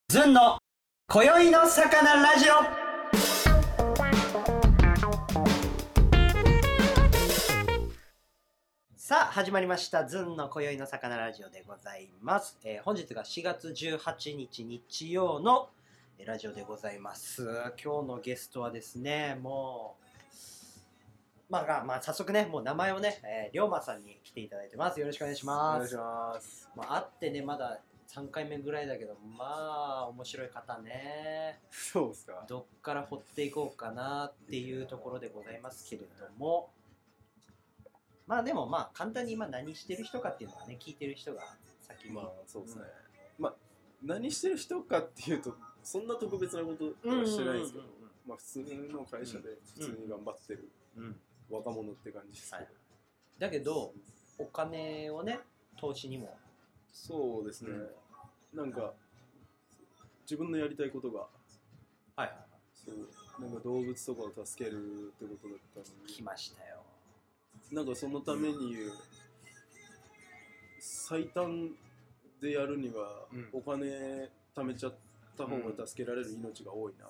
ずんの今宵の魚ラジオ。さあ始まりましたずんの今宵の魚ラジオでございます。本日が4月18日日曜のラジオでございます。今日のゲストはですね、もう早速ね、もう名前をね、龍馬さんに来ていただいてます。よろしくお願いします。 お願いします。 会ってねまだ3回目ぐらいだけど、まあ面白い方ね。 そうですか。 どっから掘っていこうかなっていうところでございますけれども、まあでも簡単に今何してる人かっていうのはね、聞いてる人が先に。 そうですね。何してる人かっていうとそんな特別なことはしてないんですけど、普通の会社で普通に頑張ってる若者って感じですけど、 だけどお金をね、投資にも。 そうですね、なんか自分のやりたいことが、そうなんか動物とかを助けるってことだったのに、 来ましたよ。 なんかそのために最短でやるにはお金貯めちゃった方が助けられる命が多いな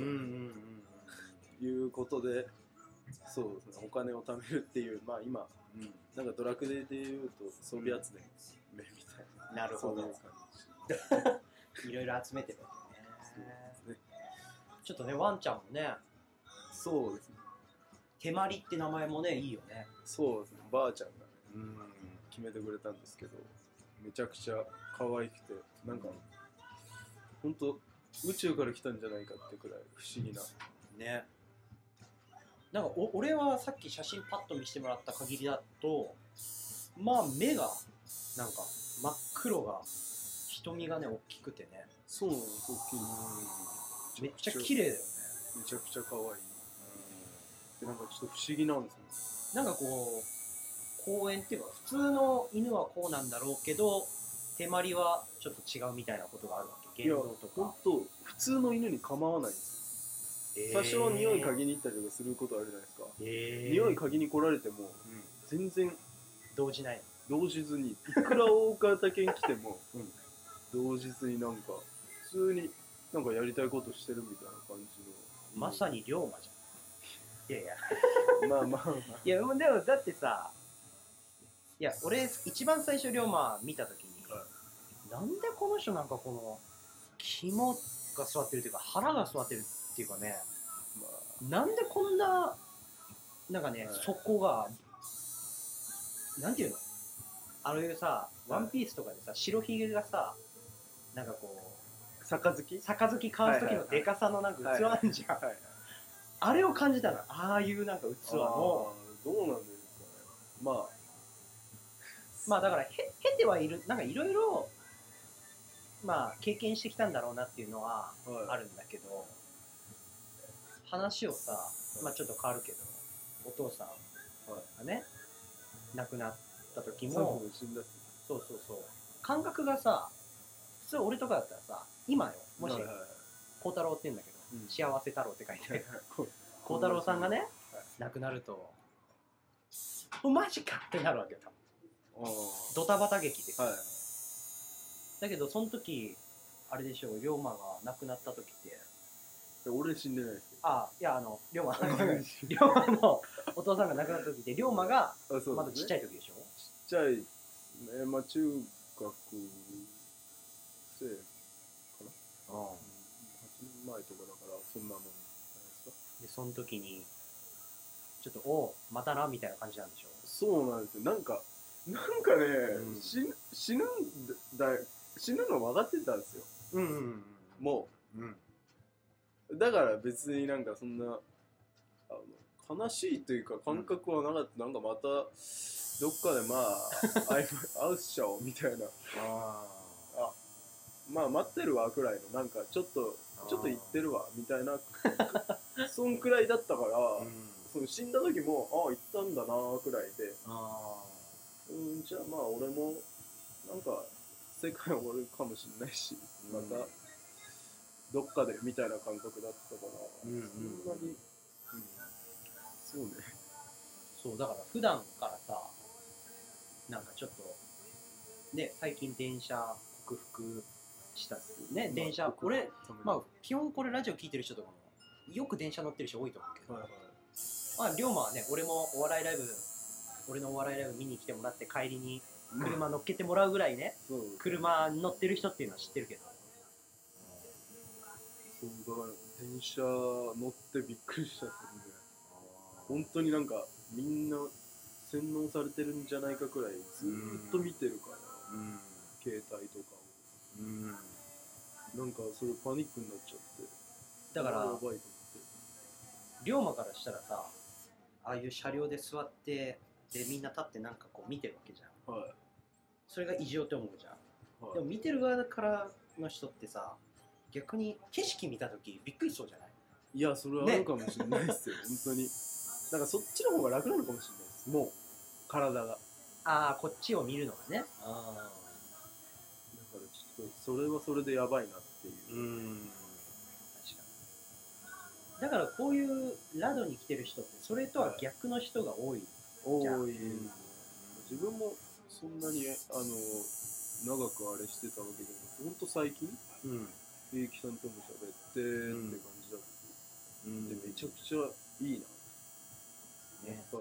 ということで、そうですね、お金を貯めるっていう、今、なんかドラクエでいうと装備集めみたいな、 なるほど。 そういう感じ。いろいろ集めてるわけね。 そうですね。 ちょっとね、ワンちゃんもね、 そうですね。 手まりって名前もね、いいよね。 そうですね。ばあちゃんがね、決めてくれたんですけど、めちゃくちゃ可愛くて、なんか本当宇宙から来たんじゃないかってくらい不思議な。 ね。なんか俺はさっき写真パッと見せてもらった限りだと、目がなんか真っ黒が、瞳がね大きくてね。 そうなんです、大きい。めっちゃ綺麗だよね。 めちゃくちゃ可愛い。でなんかちょっと不思議なんですよね。なんかこう公園っていうか、普通の犬はこうなんだろうけど、手まりはちょっと違うみたいなことがあるわけ。言動とか。 本当普通の犬に構わないんですよ。多少匂い嗅ぎに行ったりとかすることあるじゃないですか。匂い嗅ぎに来られても、全然動じない。 動じずに、いくら大型犬来ても、動じずに、なんか普通になんかやりたいことしてるみたいな感じの。 まさに龍馬じゃん。いやいやでもだってさ、いや俺一番最初龍馬見た時に、なんでこの人なんかこの肝が座ってるというか腹が座ってるっていうかね、なんでこんななんかね、底がなんていうの、ああいうさ、ワンピースとかでさ、白ひげがさ、なんかこう杯交わす時のでかさのなんか器あんじゃん。あれを感じたの。ああいうなんか器の。 どうなんですかね。 だから経てはいる、なんかいろいろ経験してきたんだろうなっていうのはあるんだけど、話をさ、ちょっと変わるけど、お父さんがね、亡くなった時も、そう感覚がさ、普通俺とかだったらさ、今よ、もし孝太郎って言うんだけど、幸せ太郎って書いて孝太郎さんがね、亡くなると、マジかってなるわけよ、多分。ドタバタ劇で。だけどその時あれでしょう、龍馬が亡くなった時って、 俺死んでないですけど。いや龍馬龍馬のお父さんが亡くなった時って龍馬がまだちっちゃい時でしょ。 ちっちゃいね、中学生かな。8年前とかだからそんなもんじゃないですか。 でその時にちょっとまたなみたいな感じなんでしょ。 そうなんですよ。なんかね、死ぬの分かってたんですよ。もう、だから別になんかそんな悲しいというか感覚はなかった。なんかまたどっかで会うっしょみたいな。待ってるわくらいの、なんかちょっと行ってるわみたいなそんくらいだったから、その死んだ時も行ったんだなくらいで、じゃあ俺もなんか世界終わるかもしれないし、またどっかでみたいな感覚だったから、そんなに、そうね。 そうだから普段からさ、なんかちょっとね、最近電車克服したね、電車。俺、まあ、基本これラジオ聞いてる人とかも、よく電車乗ってる人多いと思うけど、まあ、龍馬はね、俺もお笑いライブ、俺のお笑いライブ見に来てもらって帰りに車乗っけてもらうぐらいね、車に乗ってる人っていうのは知ってるけど。 そう、だから電車乗ってびっくりしたんですよね。本当になんかみんな洗脳されてるんじゃないかくらいずーっと見てるから、携帯とかを、なんかそれパニックになっちゃって、 だからやばいと思って。 龍馬からしたらさ、ああいう車両で座ってでみんな立ってなんかこう見てるわけじゃん、それが異常って思うじゃん、でも見てる側からの人ってさ、逆に景色見たときびっくりしそうじゃない？ いや、それはあるかもしれないですよ、本当に。なんかそっちの方が楽なのかもしれないです、もう体が。 ああ、こっちを見るのがね。だからちょっとそれはそれでやばいなっていう。 確かに。だからこういうラドに来てる人ってそれとは逆の人が多いじゃん。 自分もそんなに長くあれしてたわけでも、ほんと最近、平気さんとも喋ってって感じだった。で、めちゃくちゃいいな。やっぱ、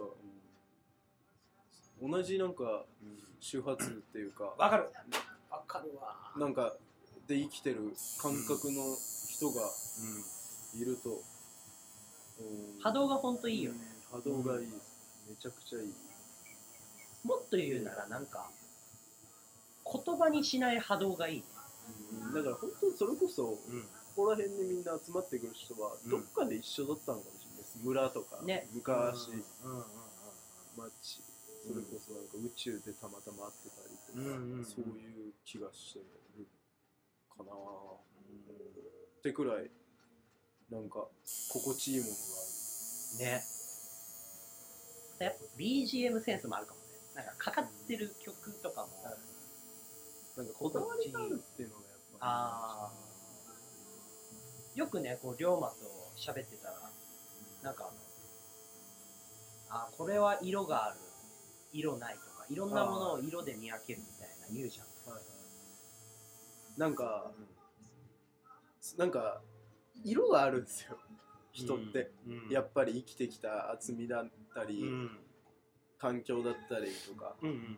同じなんか周波数っていうか、 わかるわ。 なんかで生きてる感覚の人がいると、 波動がほんといいよね。 波動がいいです。めちゃくちゃいい。 もっと言うならなんか言葉にしない波動がいいね。 だから本当にそれこそ、ここら辺にみんな集まってくる人はどっかで一緒だったのかもしれないです。村とか、昔、街、それこそなんか宇宙でたまたま会ってたりとか、そういう気がしてるかなってくらい、なんか心地いいものがある。 ね。やっぱ BGM センスもあるかもね。なんかかかってる曲とかも、 なんかこだわりがあるっていうのがやっぱり、よくね、こう龍馬と喋ってたら、なんかこれは色がある、色ないとか、いろんなものを色で見分けるみたいな言うじゃん。 なんか色があるんですよ、人って。やっぱり生きてきた厚みだったり、環境だったりとか、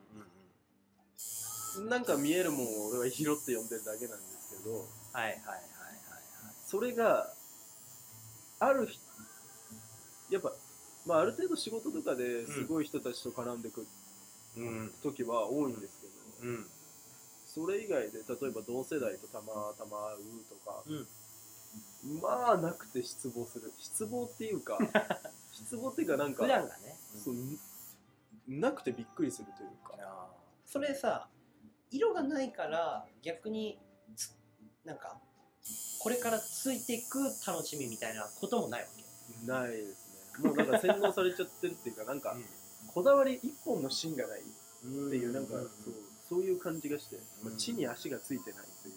なんか見えるもんを俺は色って呼んでるだけなんですけど、それがあるやっぱ、まあ、ある程度仕事とかですごい人たちと絡んでくる時は多いんですけど、それ以外で例えば同世代とたまたま会うとか、まあなくて失望する。失望っていうか失望っていうか、なんか普段がね、 なくてびっくりするというか。 それさ、色がないから逆になんかこれからついていく楽しみみたいなこともないわけ？ ないですね。もうなんか洗脳されちゃってるっていうか、なんかこだわり一本の芯がないっていう、なんかそういう感じがして、地に足がついてないという。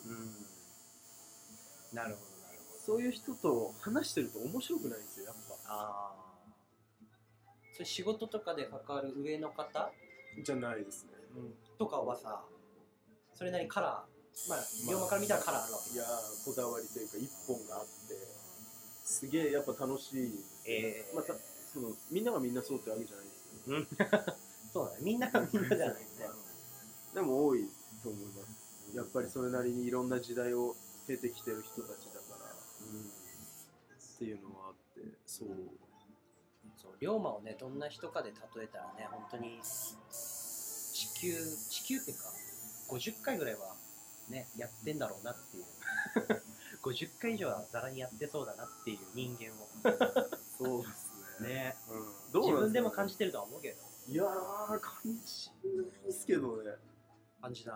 なるほど。 そういう人と話してると面白くないんですよ、やっぱ。 それ仕事とかで関わる上の方じゃないですね。 とかはさ、それなりにカラー、まあ龍馬から見たらカラーあるわけ。 いやー、こだわりというか一本があって、すげえやっぱ楽しい。またみんながみんなそうってわけじゃないですけど、 そうだね、みんながみんなじゃないね。 でも多いと思います。やっぱりそれなりにいろんな時代を経てきてる人たちだから、っていうのはあって、そう龍馬をね、どんな人かで例えたらね、本当に地球っていうか50回ぐらいはねやってんだろうなっていう50回以上はざらにやってそうだなっていう人間をそうですね。 自分でも感じてるとは思うけど。 いやー、感じないですけどね。 感じない。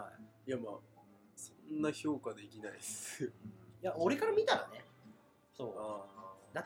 いや、まあそんな評価できないですよ。 いや、俺から見たらね、そうだって、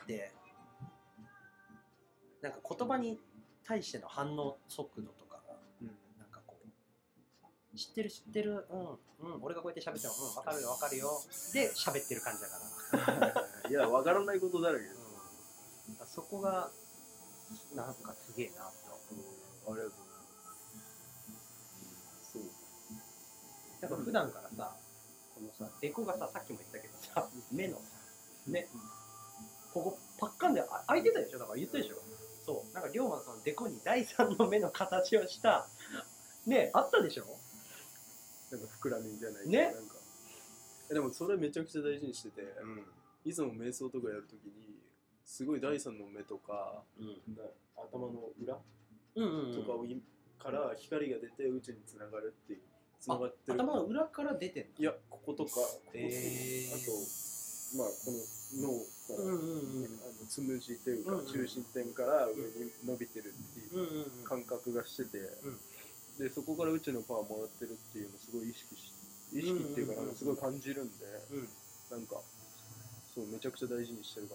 なんか言葉に対しての反応速度とかが、なんかこう知ってる、俺がこうやって喋っても、分かるよで喋ってる感じだからいや、分からないことだらけです。 そこがなんかすげえなと。 ありがとうございます。そう。 やっぱ普段からさ、このさ、デコがさ、さっきも言ったけどさ、目のさ、ね、ここパッカンで開いてたでしょ。だから言ったでしょ。そう、なんか龍馬のそのデコに第三の目の形をしたね、あったでしょ。 なんか膨らみじゃないけど、 ねなんかでもそれめちゃくちゃ大事にしてて、いつも瞑想とかやるときにすごい第三の目とか、頭の裏とかから光が出て宇宙につながるっていう、つながってる。 頭の裏から出てんの？ いや、こことか、こことか、あとまあこの脳からつむじというか中心点から上に伸びてるっていう感覚がしてて、でそこから宇宙のパワーもらってるっていうのをすごい意識っていうか、なんかすごい感じるんで、なんかそうめちゃくちゃ大事にしてるか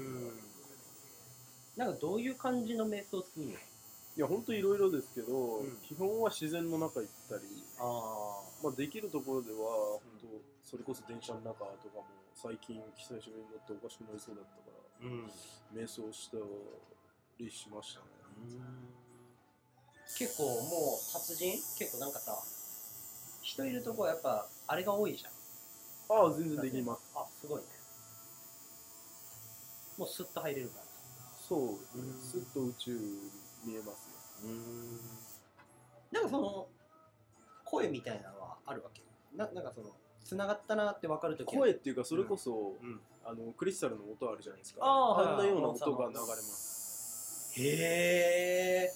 な。なんかどういう感じの瞑想するの？ いや本当いろいろですけど、基本は自然の中行ったり、まあできるところでは本当それこそ電車の中とかも最近久しぶりに乗っておかしくなりそうだったから、瞑想したりしましたね。 結構もう達人？結構なんかさ、人いるとこはやっぱあれが多いじゃん。 ああ、全然できます。 あ、すごいね。もうスッと入れるから。 そう、スッと宇宙見えますね。 なんかその声みたいなのはあるわけ？なんかその繋がったなって分かるとき。 声っていうか、それこそ、クリスタルの音あるじゃないですか。あんなような音が流れます。 へえ。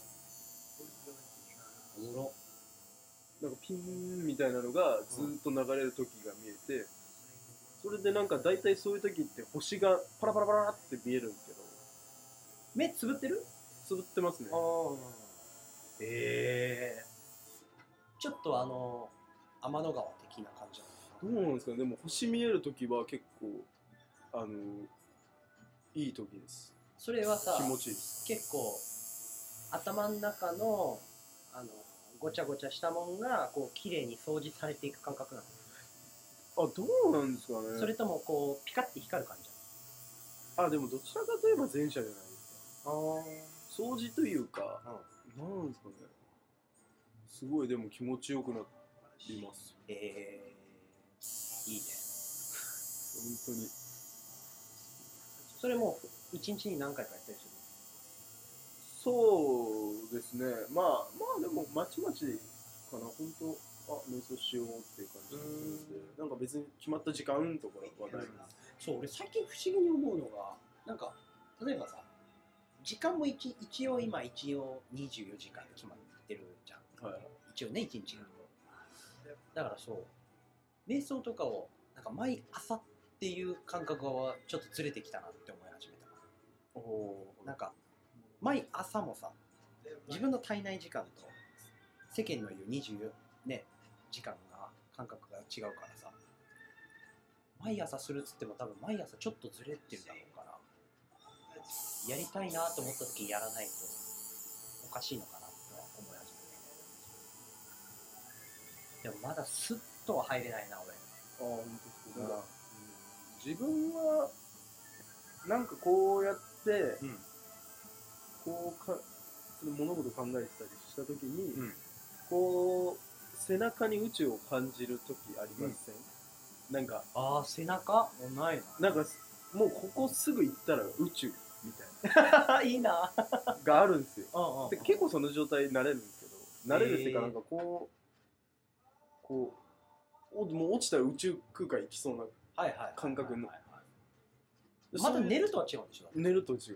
なんかピンみたいなのがずっと流れる時が見えて、それでなんか大体そういう時って星がパラパラパラって見えるんですけど。 目つぶってる？ つぶってますね。 ちょっと天の川的な感じなの？どうなんですかね。でも星見える時は結構いい時です。 それはさ、 気持ちいいです。 結構頭の中のごちゃごちゃしたもんがこう綺麗に掃除されていく感覚なの？ どうなんですかね。 それともこうピカッて光る感じでもどちらかといえば前者じゃないですか。掃除というか、なんですかね。すごいでも気持ちよくなります。 いいね。 本当に。 それもう一日に何回かやったりする？ そうですね。まあでもまちまちかな。本当瞑想しようっていう感じで、なんか別に決まった時間とかはないです。 そう、俺最近不思議に思うのが、なんか例えばさ、時間も一応24時間決まってるじゃん。一応ね、1日が。だからそう、瞑想とかをなんか毎朝っていう感覚はちょっとずれてきたなって思い始めた。なんか毎朝もさ、自分の体内時間と世間の言う24ね時間が感覚が違うからさ、毎朝するっつっても多分毎朝ちょっとずれてるだろうから、やりたいなと思った時にやらないとおかしいのかなとは思い始めて。でもまだスッとは入れないな俺。 本当ですか。自分はなんかこうやって、こう物事考えてたりした時に、こう背中に宇宙を感じる時ありません？なんか背中ないな。なんかもうここすぐ行ったら宇宙みたいないいながあるんですよ。で結構その状態になれるんですけど、慣れるっていうか、なんかこうもう落ちたら宇宙空間行きそうな感覚の。 また寝るとは違うんでしょ？ 寝ると違うんです。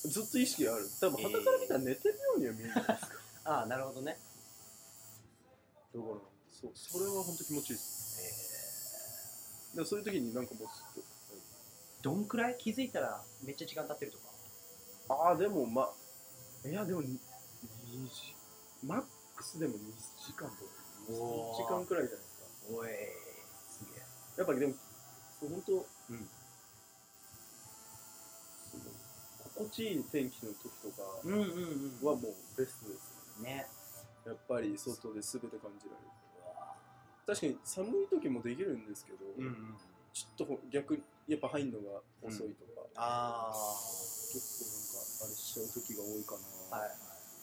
ずっと意識がある。多分傍から見たら寝てるようには見えるじゃないですか。 なるほどね。 だからそれは本当気持ちいいです。でそういう時になんかもうすっとどんくらい気づいたらめっちゃ時間経ってるとか？ でもいやでもマックスでも2時間とか3時間くらいじゃないですか。 すげえ。 やっぱりでも本当心地いい天気の時とかはもうベストですね。やっぱり外で全て感じられる。確かに寒い時もできるんですけど、ちょっと逆にやっぱ入るのが遅いとか、結構なんかあれしちゃう時が多いかな。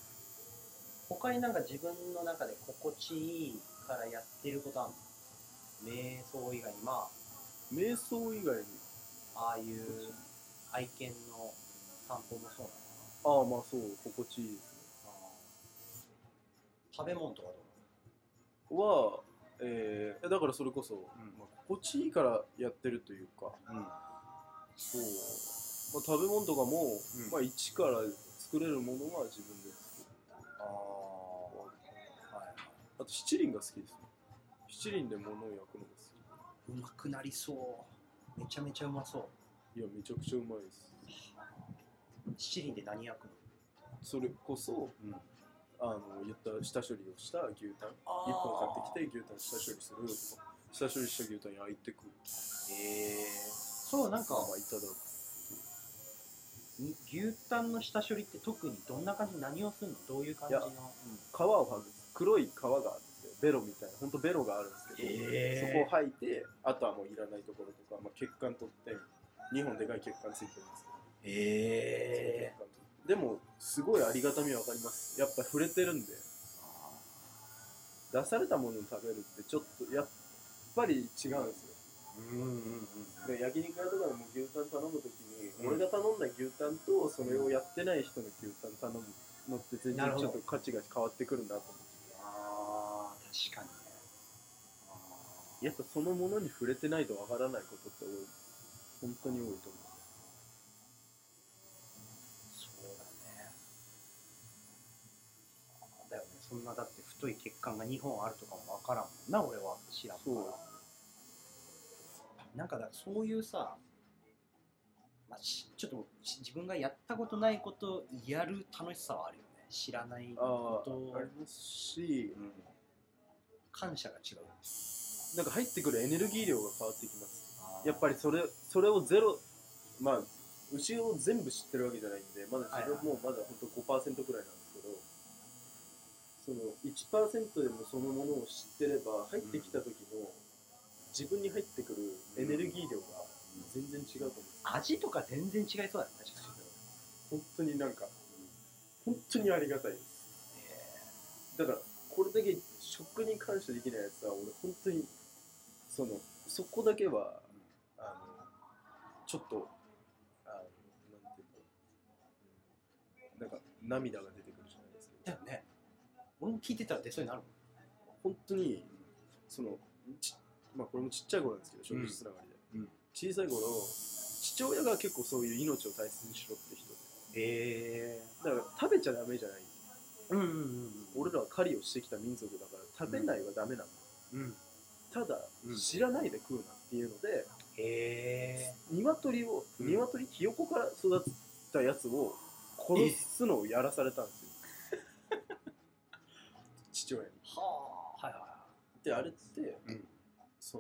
他になんか自分の中で心地いいからやってることある瞑想以外にま瞑想以外にあああいう愛犬の散歩もそうなのかああまあそう心地いいですね。 な。食べ物とかどは、だからそれこそ、まあ、心地いいからやってるというか、 うなの？ そう、まあ、食べ物とかも、 うんまあ、一から作れるものは自分で作る。 ああ、はい。 あと七輪が好きですね。七輪で物を焼くのが好うまくなりそう。めちゃめちゃうまそう。 き。いやめちゃくちゃうまいです。 七輪で何焼くの？ それこそうん。 言った下処理をした牛タンあー 1本買ってきて牛タン下処理する下処理した牛タン焼いてくる。 そうなんかまあいただく。 牛タンの下処理って特にどんな感じ、何をするの？どういう感じの？ いや皮を剥ぐ。黒い皮があってベロみたいな本当ベロがあるんですけど、そこを剥いてあとはもういらないところとか、まあ、血管取って2本でかい血管ついてるんですけど、でもすごいありがたみは分かります。やっぱ触れてるんで出されたものを食べるってちょっとやっぱり違うんですよ。で焼肉屋とかでも牛タン頼むときに、俺が頼んだ牛タンとそれをやってない人の牛タン頼むのって全然ちょっと価値が変わってくるんだと思って。 ああ、確かにね。 やっぱそのものに触れてないとわからないことって多い。本当に多いと思う。 そうだね。だよね。そんなだって太い血管が2本あるとかもわからんもんな、俺は知らんから。なんかだそういうさ、まあ、ちょっと自分がやったことないことをやる楽しさはあるよね。知らないことありますし、 感謝が違う。 なんか入ってくるエネルギー量が変わってきます。やっりぱりそれをゼロ、まあ牛を全部知ってるわけじゃないんで、まだ自分もまだ本当 5% くらいなんですけど、その 1% でもそのものを知ってれば入ってきた時の自分に入ってくるエネルギー量が全然違うと思うんです。 味とか全然違いそうだね、確かに。 本当になんか本当にありがたいです。だからこれだけ食に感謝できないやつは俺本当にそこだけはちょっとなんていうの、なんか涙が出てくるじゃないですか。 だよね。俺も聞いてたら出そうになるもん。 本当にまあこれもちっちゃい頃なんですけど、食事つながりで、小さい頃父親が結構そういう命を大切にしろって人で、だから食べちゃダメじゃない。俺らは狩りをしてきた民族だから食べないはダメなの。ただ、知らないで食うなっていうので、鶏ひよこから育ったやつを殺すのをやらされたんですよ。父親に。であれって、その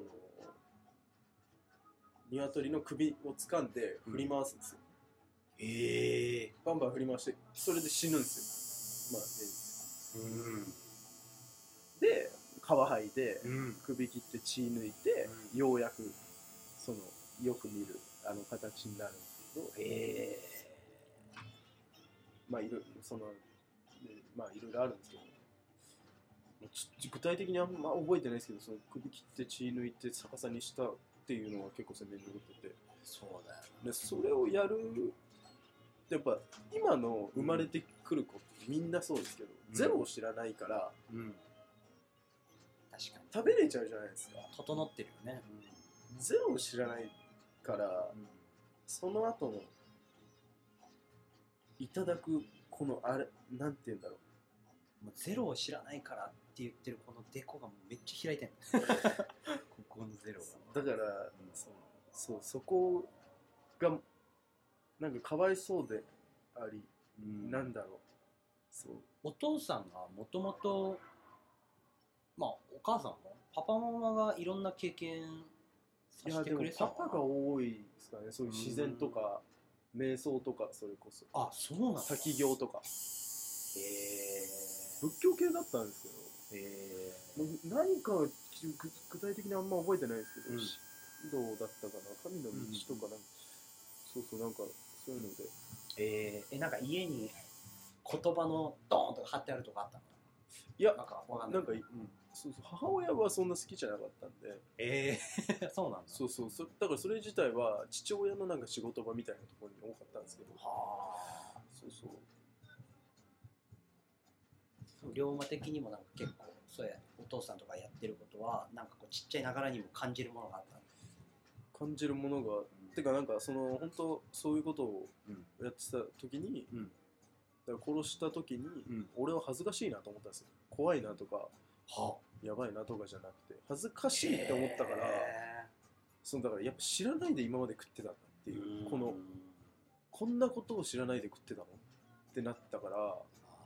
鶏の首を掴んで振り回すんですよ。バンバン振り回してそれで死ぬんですよ。まあで皮剥いで、首切って血抜いて、ようやくよく見る形になるんですけど、まあいろいろあるんですけど、具体的にあんま覚えてないですけど、その首切って血抜いて逆さにしたっていうのは結構鮮明に残ってて、 そうだよ。 でそれをやる、やっぱ今の生まれてくる子ってみんなそうですけど、ゼロを知らないから、 確かに食べれちゃうじゃないですか。 整ってるよね。 ゼロを知らないから、その後のいただくこのあれなんて言うんだろう、 もうゼロを知らないからって言ってるこのデコがもうめっちゃ開いてんのここのゼロがだから、そこがなんかかわいそうであり、なんだろう、 お父さんがもともと、まあお母さんもパパママがいろんな経験させてくれてたのかな。 パパが多いですかね。そういう自然とか瞑想とか、それこそそうなんだ。 滝行とか仏教系だったんですけど、何か具体的にあんま覚えてないですけど、神道だったかな、神の道とかなんか、なんかそういうので、 なんか家に言葉のドーンとか貼ってあるとかあったのかな。 いやなんかわかんない。 なんかそうそう、母親はそんな好きじゃなかったんで。 そうなんだ。 そうそう、だからそれ自体は父親のなんか仕事場みたいなところに多かったんですけど。 はあ。 そうそう。 龍馬的にもなんか結構そうやお父さんとかやってることはなんかこうちっちゃいながらにも感じるものがあった。 感じるものが、てかなんかその本当そういうことをやってた時に、だから殺した時に、俺は恥ずかしいなと思ったんですよ。怖いなとか、やばいなとかじゃなくて恥ずかしいって思ったから、そのだからやっぱ知らないで今まで食ってたんだっていう、こんなことを知らないで食ってたのってなったから、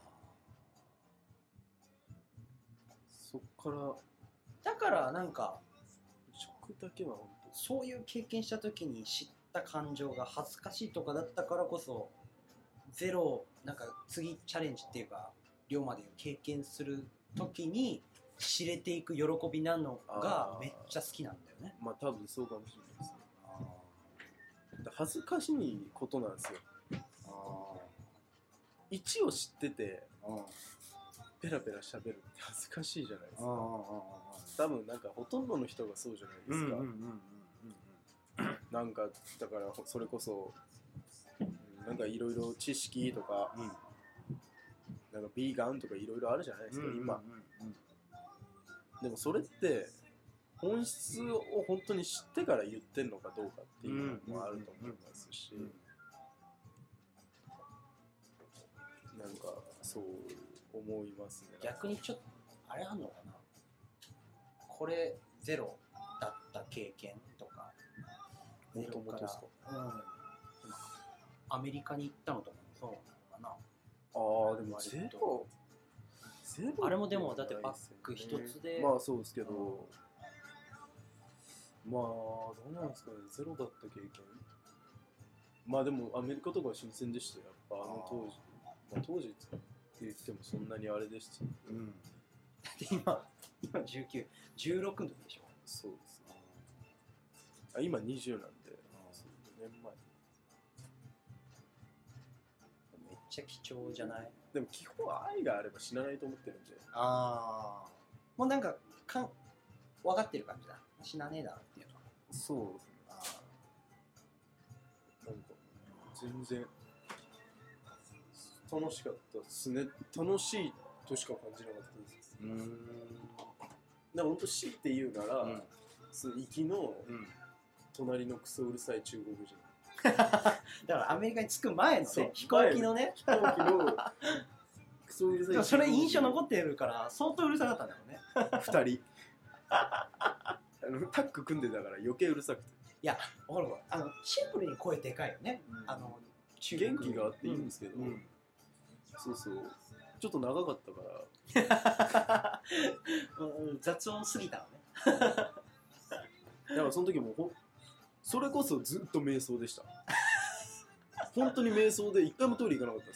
そっからだからなんか食だけは本当そういう経験した時に知った感情が恥ずかしいとかだったからこそゼロなんか次チャレンジっていうか龍馬でいう経験する時に知れていく喜びなのがめっちゃ好きなんだよね。 まあ多分そうかもしれないですね。恥ずかしいことなんですよ。1を知っててペラペラ喋るって恥ずかしいじゃないですか。多分なんかほとんどの人がそうじゃないですか。なんかだからそれこそなんかいろいろ知識とか、なんかビーガンとかいろいろあるじゃないですか今。でもそれって本質を本当に知ってから言ってんのかどうかっていうのもあると思いますし、なんかそう思いますね。 逆にちょっとあれあんのかな、これゼロだった経験とかもともとですか。 アメリカに行ったのとかもそうなのかな。 でもゼロあれもでもだってバッグ一つで、 まあそうですけど、まあどうなんですかね、ゼロだった経験。まあでもアメリカとかは新鮮でしたよ、やっぱ当時。当時って言ってもそんなにあれでしたけど、 だって今19、16の時でしょ。 そうですね。今20なんで、4年前。 めっちゃ貴重じゃない？ でも基本愛があれば死なないと思ってるんで。 もうなんか分かってる感じだ。死なねえだろっていうのは。 そうですね。なんか全然楽しかったですね。楽しいとしか感じなかったです。だから本当強いて言うなら、その行きの隣のクソうるさい中国人。 だからアメリカに着く前のね、飛行機のね、 飛行機のクソうるさい中国人。 それ印象残ってるから相当うるさかったんだろうね。 2人タッグ組んでたから余計うるさくて。 いや、ほらシンプルに声でかいよね。 元気があっていいんですけど、そうそう、ちょっと長かったから雑音すぎたのね。 だからその時もそれこそずっと瞑想でした。本当に瞑想で一回もトイレ行かなか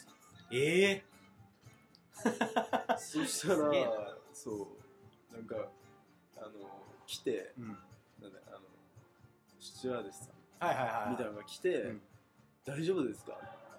ったです。そしたらそうなんか来て、なんだシチュアーデスさんみたいなのが来て、大丈夫ですか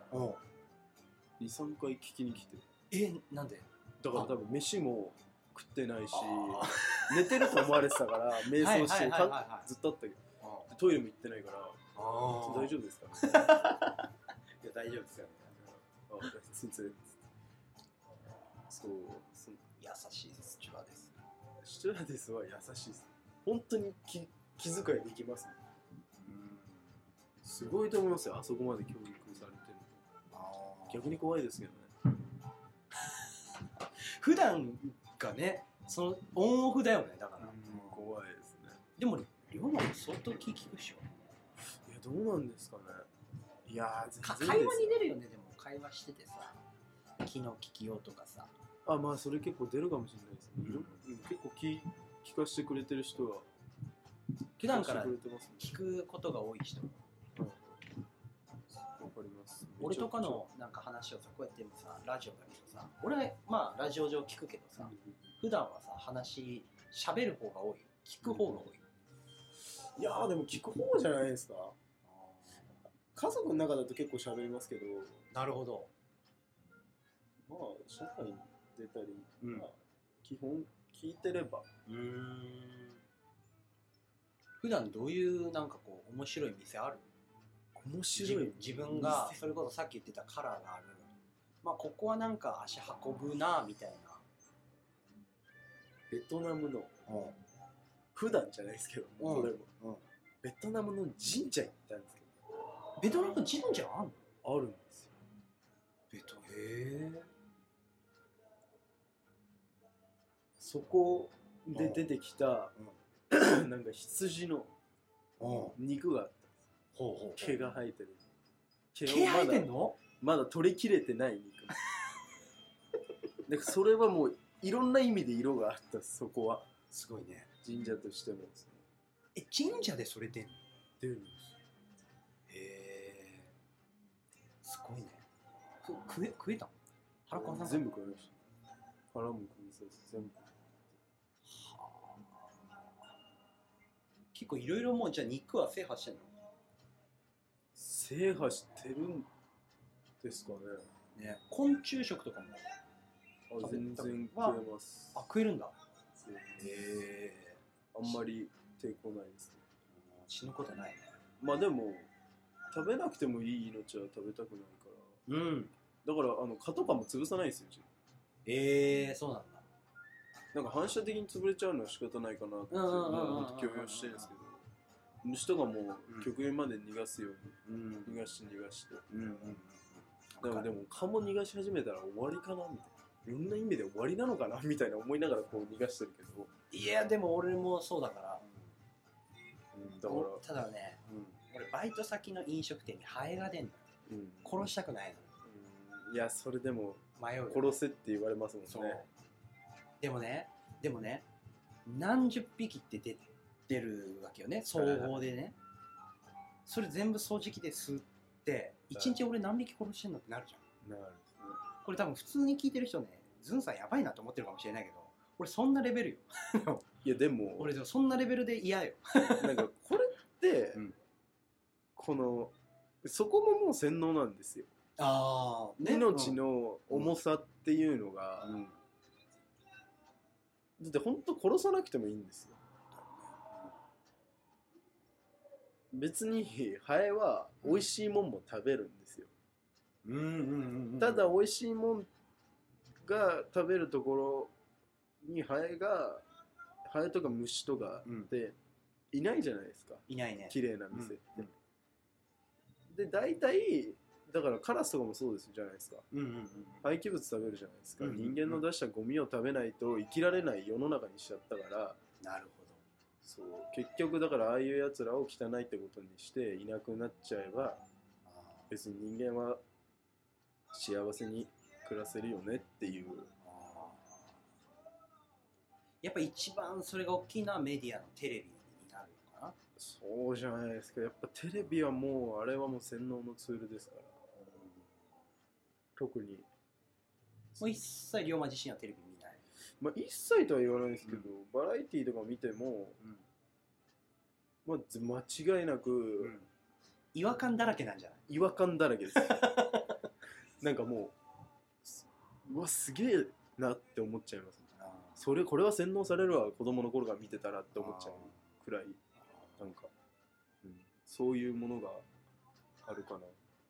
？2、3回聞きに来て。 なんで？ だから多分飯も食ってないし寝てると思われてたから瞑想してずっとあったけど、トイレも行ってないから大丈夫ですか？ いや大丈夫ですよ。 全然。そう優しいです。シチュアーデス。 シチュアーデスは優しいです。本当に気遣いできますね。すごいと思いますよ、あそこまで教育されてるの。逆に怖いですけどね。 普段がね、そのオンオフだよね、だから。 怖いですね。 でも龍馬も相当気利くでしょ。 いや、どうなんですかね。いや全然会話に出るよね。でも会話しててさ、気の利きようとかさ。 まあそれ結構出るかもしれないですね。結構聞かせてくれてる人が普段から聞くことが多い人。 わかります。 俺とかのなんか話をさ、こうやってもさ、ラジオだけどさ、俺まあラジオ上聞くけどさ、普段はさ喋る方が多い、聞く方が多い。 いやーでも聞く方じゃないですか。家族の中だと結構喋りますけど。 なるほど。 まあ社会に出たり、まあ基本聞いてれば。 普段どういうなんかこう面白い店ある？ 面白い自分がそれこそさっき言ってたカラーがある、まあここはなんか足運ぶなみたいな。 ベトナムの、普段じゃないですけど、これも、ベトナムの神社行ったんですけど。 ベトナムの神社あんの？ あるんですよ。 へえ。 そこで出てきた、なんか羊の肉があったんです。毛が生えてる。 毛生えてんの？ まだ取り切れてない肉。でそれはもういろんな意味で色があったそこは。 すごいね。 神社としてもですね。神社でそれ出んの？ 出るんです。 へえ。すごいね。食えたの？腹壊さなかった？ 全部食いました。腹も食いさせ全部。 はあ。結構いろいろもうじゃあ肉は制覇してんの？ 制覇してるんですかね。 ね。昆虫食とかも。 全然食えます。 あ、食えるんだ。 へえ。あんまり抵抗ないですね。 死ぬことないね。 まあでも食べなくてもいい命は食べたくないから。だから蚊とかも潰さないですよ。 そうなんだ。 なんか反射的に潰れちゃうのは仕方ないかなって許容してるんですけど、虫とかも極限まで逃がすように逃がして。でも蚊も逃がし始めたら終わりかなみたいな。いろんな意味で終わりなのかなみたいな思いながらこう逃がしてるけど。 いやでも俺もそうだから。 だからただね、俺バイト先の飲食店にハエが出んのよ。殺したくないの。 いやそれでも迷う。 殺せって言われますもんね。 そうでもね何十匹って出てるわけよね、総合でね。それ全部掃除機で吸って一日俺何匹殺してんのってなるじゃん。 なる。 これ多分普通に聞いてる人ね、ズンさんやばいなと思ってるかもしれないけど、俺そんなレベルよ。 いやでも俺でもそんなレベルで嫌よ。 なんかこれって、このそこももう洗脳なんですよ。命の重さっていうのが、だって本当殺さなくてもいいんですよ。別にハエは美味しいもんも食べるんですよ。ただ美味しいもんが食べるところにハエとか虫とかっていないじゃないですか。 いないね。 綺麗な店って。で大体だからカラスとかもそうですじゃないですか。廃棄物食べるじゃないですか。人間の出したゴミを食べないと生きられない世の中にしちゃったから。 なるほど。 そう結局だからああいうやつらを汚いってことにしていなくなっちゃえば別に人間は幸せに暮らせるよねっていう。 やっぱ一番それが大きいのはメディアのテレビになるのかな。 そうじゃないですか。やっぱテレビはもうあれはもう洗脳のツールですから。特にもう一切龍馬自身はテレビ見ない。 まあ一切とは言わないですけど、バラエティーとか見ても、まあ間違いなく、 違和感だらけなんじゃない？ 違和感だらけです。なんかもうわすげえなって思っちゃいます。これは洗脳されるわ子供の頃から見てたらって思っちゃうくらいなんか、そういうものがあるかな。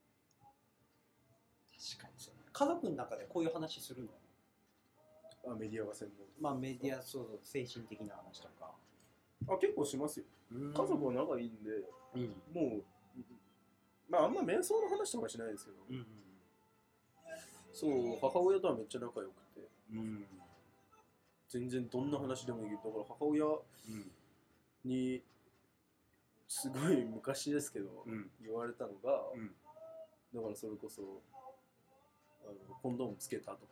確かにそうね。家族の中でこういう話するの？ メディアが洗脳。 まあメディアそう精神的な話とか。 結構しますよ。家族は仲いいんで、もうまああんま瞑想の話とかしないですけど、そう母親とはめっちゃ仲良くて、全然どんな話でもいいけど、だから母親にすごい昔ですけど、言われたのが、だからそれこそコンドームつけたとか、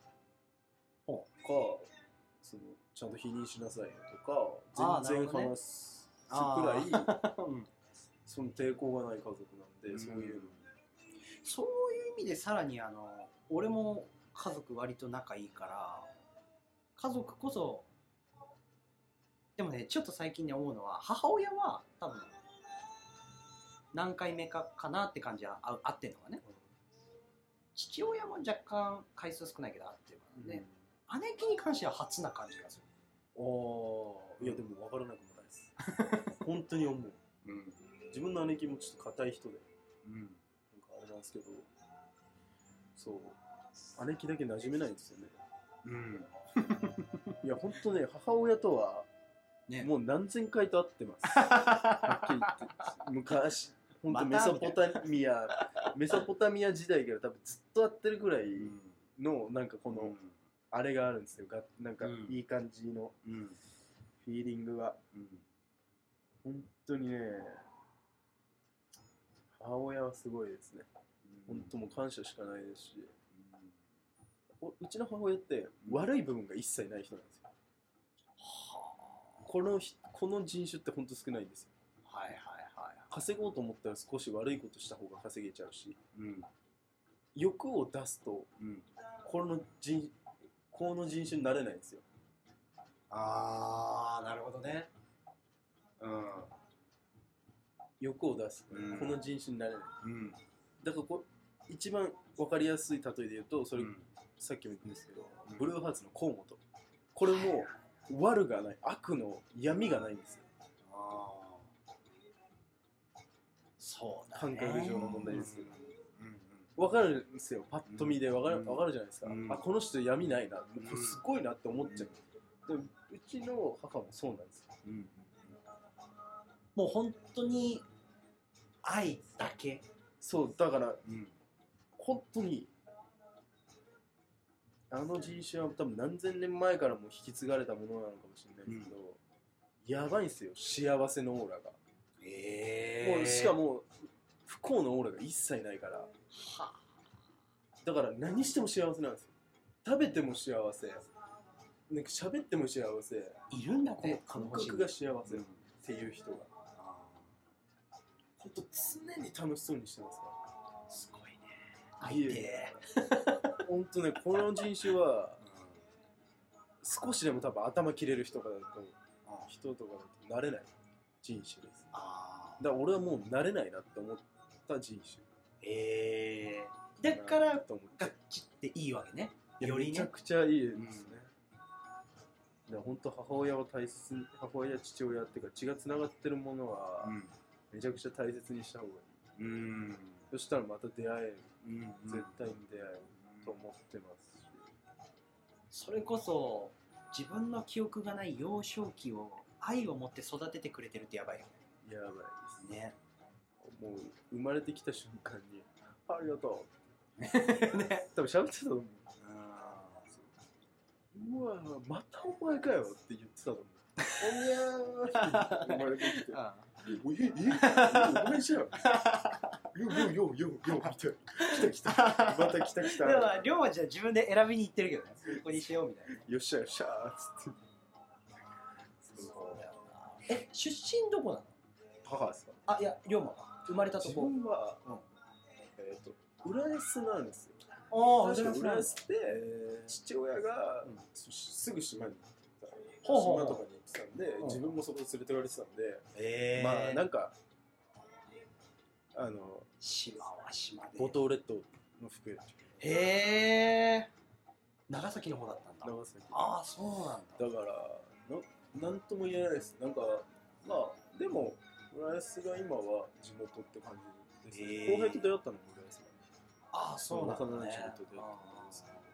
そのちゃんと否認しなさいよとか全然話すくらいその抵抗がない家族なんで、そういう意味でさらに俺も家族割と仲いいから家族こそでもねちょっと最近ね思うのは母親は多分何回目かなって感じは合ってるのがね、父親も若干回数少ないけど合ってるからね、姉貴に関しては初な感じがする。 いやでも分からなくもないです本当に思う、自分の姉貴もちょっと硬い人で、なんかあれなんですけど、そう姉貴だけ馴染めないんですよね。いや本当ね、母親とはもう何千回と会ってますはっきり言って昔本当メソポタミア時代から多分ずっと会ってるぐらいのなんかこのあれがあるんですよ。なんかいい感じのフィーリングが、本当にね、母親はすごいですね。本当もう感謝しかないですし、うちの母親って悪い部分が一切ない人なんですよ。この人種って本当少ないんですよ。稼ごうと思ったら少し悪いことした方が稼げちゃうし、欲を出すと、この人種になれないんですよ。 なるほどね。 欲を出す、この人種になれない。だから一番分かりやすい例えで言うと、それ、さっきも言ったんですけど、ブルーハーツの河本。これも悪がない、悪の闇がないんですよ。 そうだね、感覚上の問題ですけど、分かるんですよ。パッと見で分かるじゃないですか。この人闇ないな、すごいなって思っちゃう。でもうちの母もそうなんですよ。 もう本当に愛だけ。 そうだから、本当にあの人種は多分何千年前からも引き継がれたものなのかもしれないですけど、やばいんですよ、幸せのオーラが。もうしかも不幸のオーラが一切ないから、だから何しても幸せなんですよ。食べても幸せ、なんか喋っても幸せ、 いるんだね、 感覚が幸せっていう人が。本当常に楽しそうにしてますから。 すごいね。愛で。 本当ね、この人種は少しでも多分頭切れる人とかだとなれない人種です。だから俺はもうなれないなって思った人種。 だからガッチっていいわけね。よりね。 めちゃくちゃいいですね。だから本当母親父親っていうか血がつながってるものはめちゃくちゃ大切にした方がいい。そしたらまた出会える。絶対に出会えると思ってますし。 それこそ自分の記憶がない幼少期を愛を持って育ててくれてるってやばいよね。 やばいですね。もう生まれてきた瞬間にありがとうね、多分喋ってたと思う。うわまたお前かよって言ってたと思う。おにゃー生まれてきてお前じゃんよみたいな。来たまた来たでも亮はじゃあ自分で選びに行ってるけどね、ここにしようみたいな。 よっしゃよっしゃーっつって。 そうだよな。出身どこなの？ 母ですか？ いや龍馬は生まれたとこ。 自分は浦安なんですよ。浦安で父親がすぐ島に島とかに行ってたんで、自分もそこに連れてかれてたんで、まあなんか島は島で五島列島の福江。 長崎の方だったんだ。 長崎。 そうなんだ。 だからなんとも言えないです。なんかまあでも浦安が今は地元って感じですね。後輩と出会ったのも浦安なんで。 そうなんだね。 幼なじみと出会ったんですけど、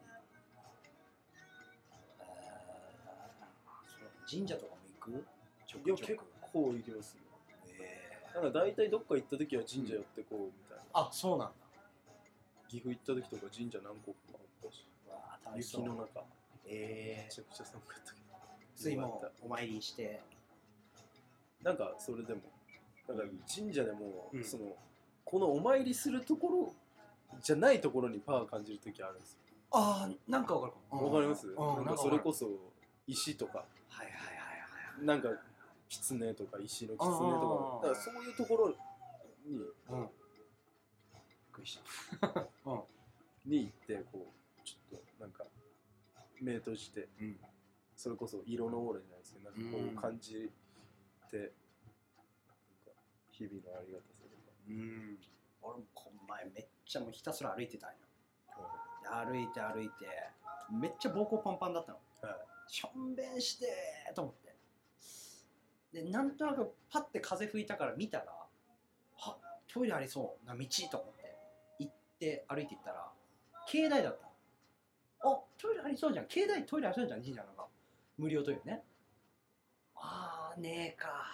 神社とかも行く？ いや結構行きますね。だから大体どっか行った時は神社寄ってこうみたいな。 そうなんだ。 岐阜行った時とか神社何個かあったし、雪の中めちゃくちゃ寒かったけど、 ついもお参りして、 なんかそれでもだから神社でも、このお参りするところじゃないところにパワー感じる時あるんですよ。 なんかわかるかも。 わかります？なんかそれこそ石とか、なんか狐とか石の狐とか、だからそういうところにびっくりしたに行ってこうちょっとなんか目閉じて、それこそ色のオーラじゃないですけど、なんかこう感じて、なんか日々のありがたさとか。 俺もこの前めっちゃもうひたすら歩いてたんよ。歩いてめっちゃ膀胱パンパンだったの。 しょんべんしてーと思って、でなんとなくパッて風吹いたから見たら、あ、トイレありそうな道と思って行って歩いて行ったら境内だったの。あ、トイレありそうじゃん、境内トイレありそうじゃん、神社なんか無料トイレね。あーねえか、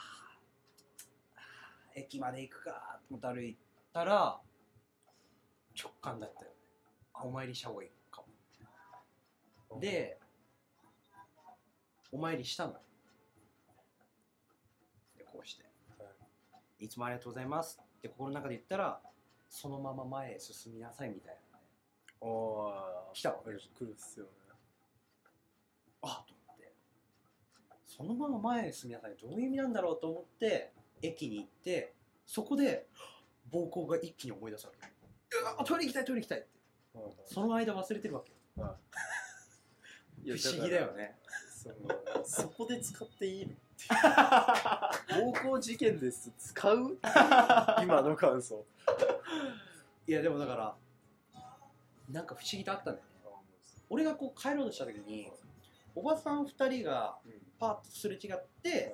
駅まで行くかと思って歩いたら直感だったよね。あ、お参りした方がいいかも。でお参りしたのよ。でこうして、いつもありがとうございますって心の中で言ったら、そのまま前へ進みなさいみたいなね。来たわけ。 来るっすよね。 あっと思って、そのまま前へ進みなさいどういう意味なんだろうと思って駅に行って、そこで膀胱が一気に思い出される。トイレ行きたいトイレ行きたいって、その間忘れてるわけよ。不思議だよね。 そこで使っていいの暴行事件です使う今の感想。 いやでもだからなんか不思議とあったんだよね。俺がこう帰ろうとした時におばさん2人がパッとすれ違って、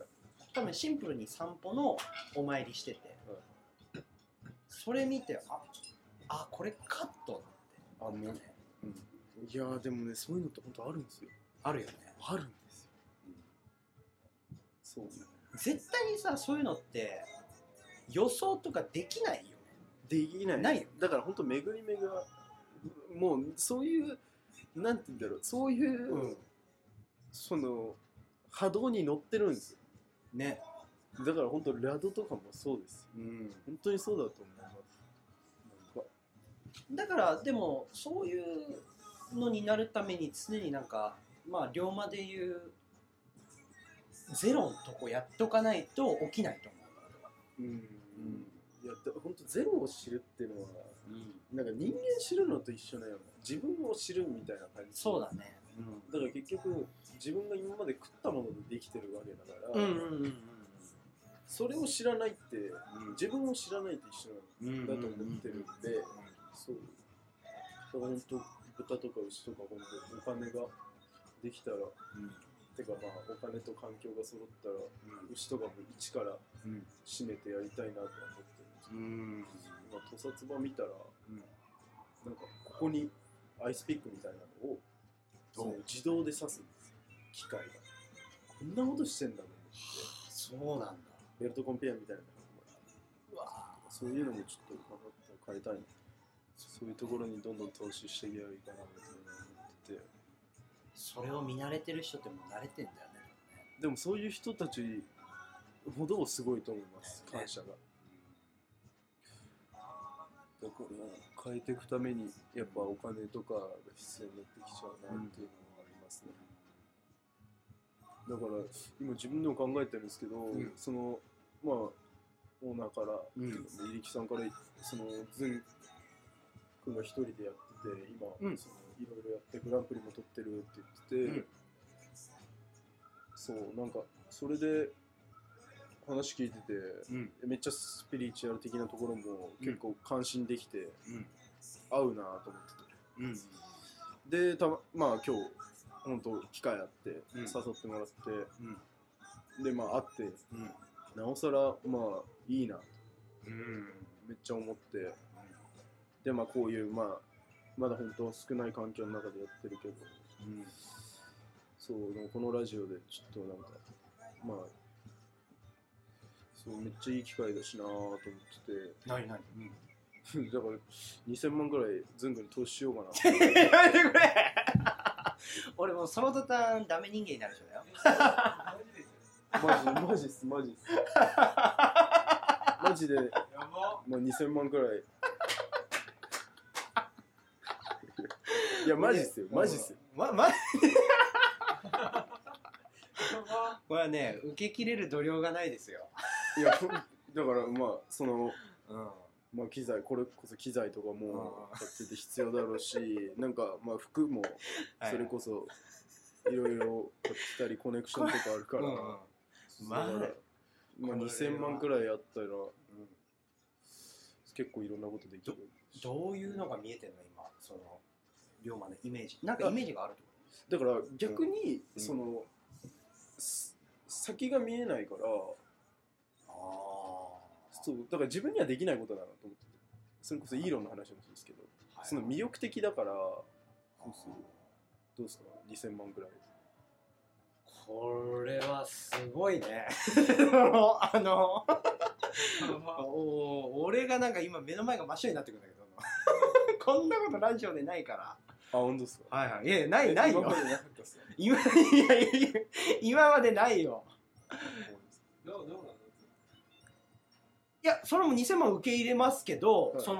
多分シンプルに散歩のお参りしてて、それ見て、あこれカットって思ってね。 いやーでもね、そういうのって本当あるんですよ。 あるよね。 あるんですよ。そうね。 絶対にさ、そういうのって予想とかできないよね。 できない。 ないよ。 だから本当巡り巡がもうそういうなんて言うんだろう、そういう、その波動に乗ってるんですよ。 ね。 だから本当ラドとかもそうです。本当にそうだと思います。 だからでもそういうのになるために常になんかまあ龍馬でいうゼロのとこやっとかないと起きないと思う。 いや本当ゼロを知るっていうのは、なんか人間知るのと一緒だよね。自分を知るみたいな感じ。 そうだね。 だから結局自分が今まで食ったものでできてるわけだから、それを知らないって、自分を知らないって一緒だと思ってるんで、そう。だから本当豚とか牛とか本当お金ができたら、てかまあお金と環境が揃ったら、牛とかも一から締めてやりたいなとは思ってるんですけど、今屠殺場見たら、なんかここにアイスピックみたいなのを自動で刺すんですよ、機械が。こんなことしてんだと思って。 そうなんだ。 ベルトコンペアみたいなのがそういうのもちょっと変えたいな。そういうところにどんどん投資していけばいいかなと思ってて。 それを見慣れてる人ってもう慣れてんだよね。 でもそういう人たちほどすごいと思います、感謝が。だから変えていくためにやっぱお金とかが必要になってきちゃうなっていうのがありますね。だから今自分でも考えてるんですけど、そのまあオーナーから、入力さんからそのズン君が一人でやってて、今、そのいろいろやってグランプリも取ってるって言ってて、そうなんかそれで話聞いてて、めっちゃスピリチュアル的なところも結構感心できて、合うなと思ってて、でまあ今日本当機会あって誘ってもらって、でまあ会って、なおさらまあいいなと、めっちゃ思って、でまあこういうまだ本当少ない環境の中でやってるけど、そうでもこのラジオでちょっとなんかまあそうめっちゃいい機会だしなと思ってて。 何だから2000万ぐらいズングに投資しようかな。 やめてくれ俺もうその途端ダメ人間になる人だよ。 マジっすマジでまあ2000万くらい。いやマジっすよマジっすよ。 これはね受け切れる度量がないですよ。 いやだからまあその、まあ機材これこそ機材とかも買ってて必要だろうし、なんかまあ服もそれこそいろいろ買ってたりコネクションとかあるから、まあ2000万くらいあったら、結構いろんなことできる。 どういうのが見えてるの今その龍馬のイメージ、なんかイメージがあると。 だから逆にその先が見えないから、そうだから自分にはできないことだなと思ってて、それこそイーロンの話もそうですけど、その魅力的だから、そうそう、どうですか2000万ぐらい。 これはすごいね俺がなんか今目の前が真っ白になってくるんだけどこんなことラジオでないから。 あ、本当ですか。 はいはい。いや、ないよ。 今までなかったっす。 今までないよ。 どうなの？ いや、それも2000万受け入れますけど、 はい、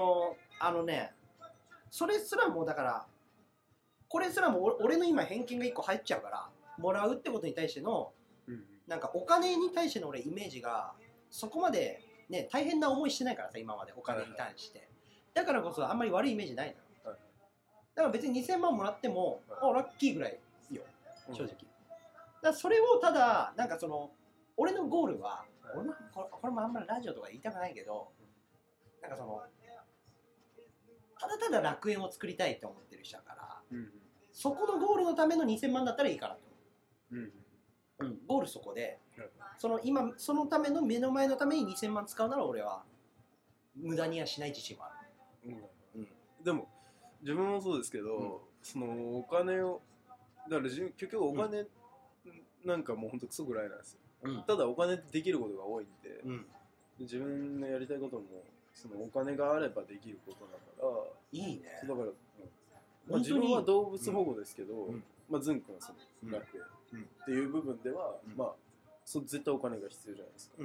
それすらもだから、これすらも俺の今偏見が1個入っちゃうから、もらうってことに対しての、なんかお金に対しての俺イメージが、そこまでね、大変な思いしてないからさ、今までお金に対して。だからこそあんまり悪いイメージないのよ。だから別に2000万もらっても、ラッキーぐらいよ、正直。だからそれをただ、なんかその、俺のゴールは、これもあんまりラジオとか言いたくないけど、なんかその、ただただ楽園を作りたいって思ってる人だから、そこのゴールのための2000万だったらいいかなと思う。ゴールそこで、今、そのための目の前のために2000万使うなら俺は、無駄にはしない自信もある。 でも、自分もそうですけど、そのお金をだから結局お金なんかもうほんとクソぐらいなんですよ、ただお金でできることが多いんで、自分のやりたいこともそのお金があればできることだからいいね。 だから、まあ、自分は動物保護ですけど、まあ、ズン君はその楽園っていう部分では、まあ絶対お金が必要じゃないですか、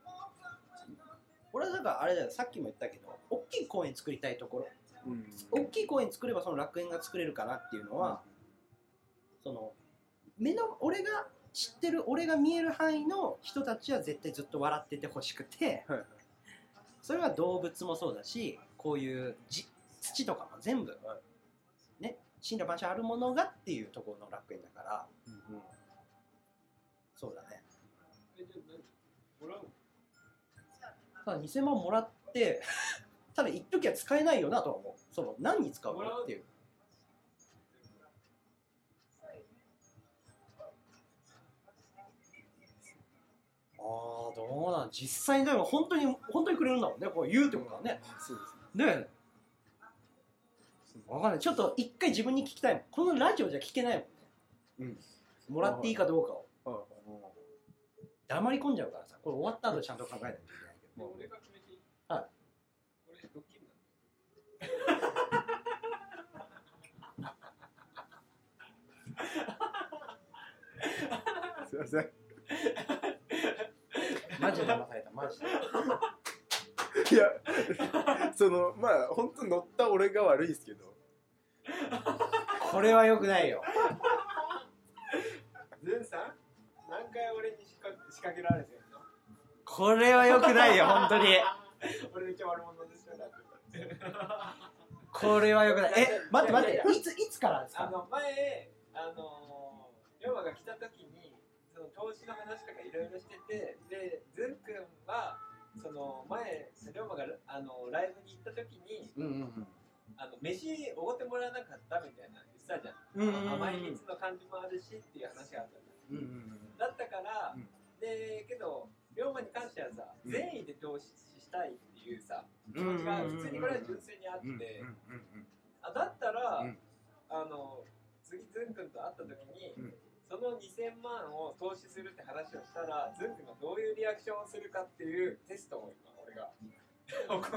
俺はだからあれだよ、さっきも言ったけど大きい公園作りたいところ、大きい公園作ればその楽園が作れるかなっていうのは、その俺が知ってる俺が見える範囲の人たちは絶対ずっと笑っててほしくて、それは動物もそうだし、こういう土とかも全部、ね、森羅万象あるものがっていうところの楽園だから、そうだね。ただ2000万もらってただ一時は使えないよなとは思う。その何に使うのっていう。どうなん、実際にでも本当にくれるんだもんね、こう言うってことはね。 そうですね。分かんない、ちょっと一回自分に聞きたいもん。このラジオじゃ聞けないもんね、もらっていいかどうかを。黙り込んじゃうからさ、これ終わった後ちゃんと考えないといけないけど。 俺が決めていい？ はい。 俺ドッキリなんだ。 すいません。 マジで騙された、マジで。 いや、そのまあ本当乗った俺が悪いですけど。 これは良くないよ。 ズンさん、何回俺に仕掛けられてるの？ これは良くないよ、本当に。 俺めっちゃ悪者ですよ、だって。 これは良くない。待って、いつからですか？ 前、龍馬が来た時に、その投資の話とかいろいろしてて、で、ズン君は、その前、龍馬がライブに行った時に、飯おごってもらわなかったみたいな言ってたじゃん。甘い蜜の感じもあるしっていう話があったじゃん。だったから、で、けど、龍馬に関してはさ、善意で投資したいっていうさ、気持ちが普通にこれは純粋にあって、だったら、次、ズン君と会った時に、その2000万を投資するって話をしたら、ズン君がどういうリアクションをするかっていうテストを今、俺が行った。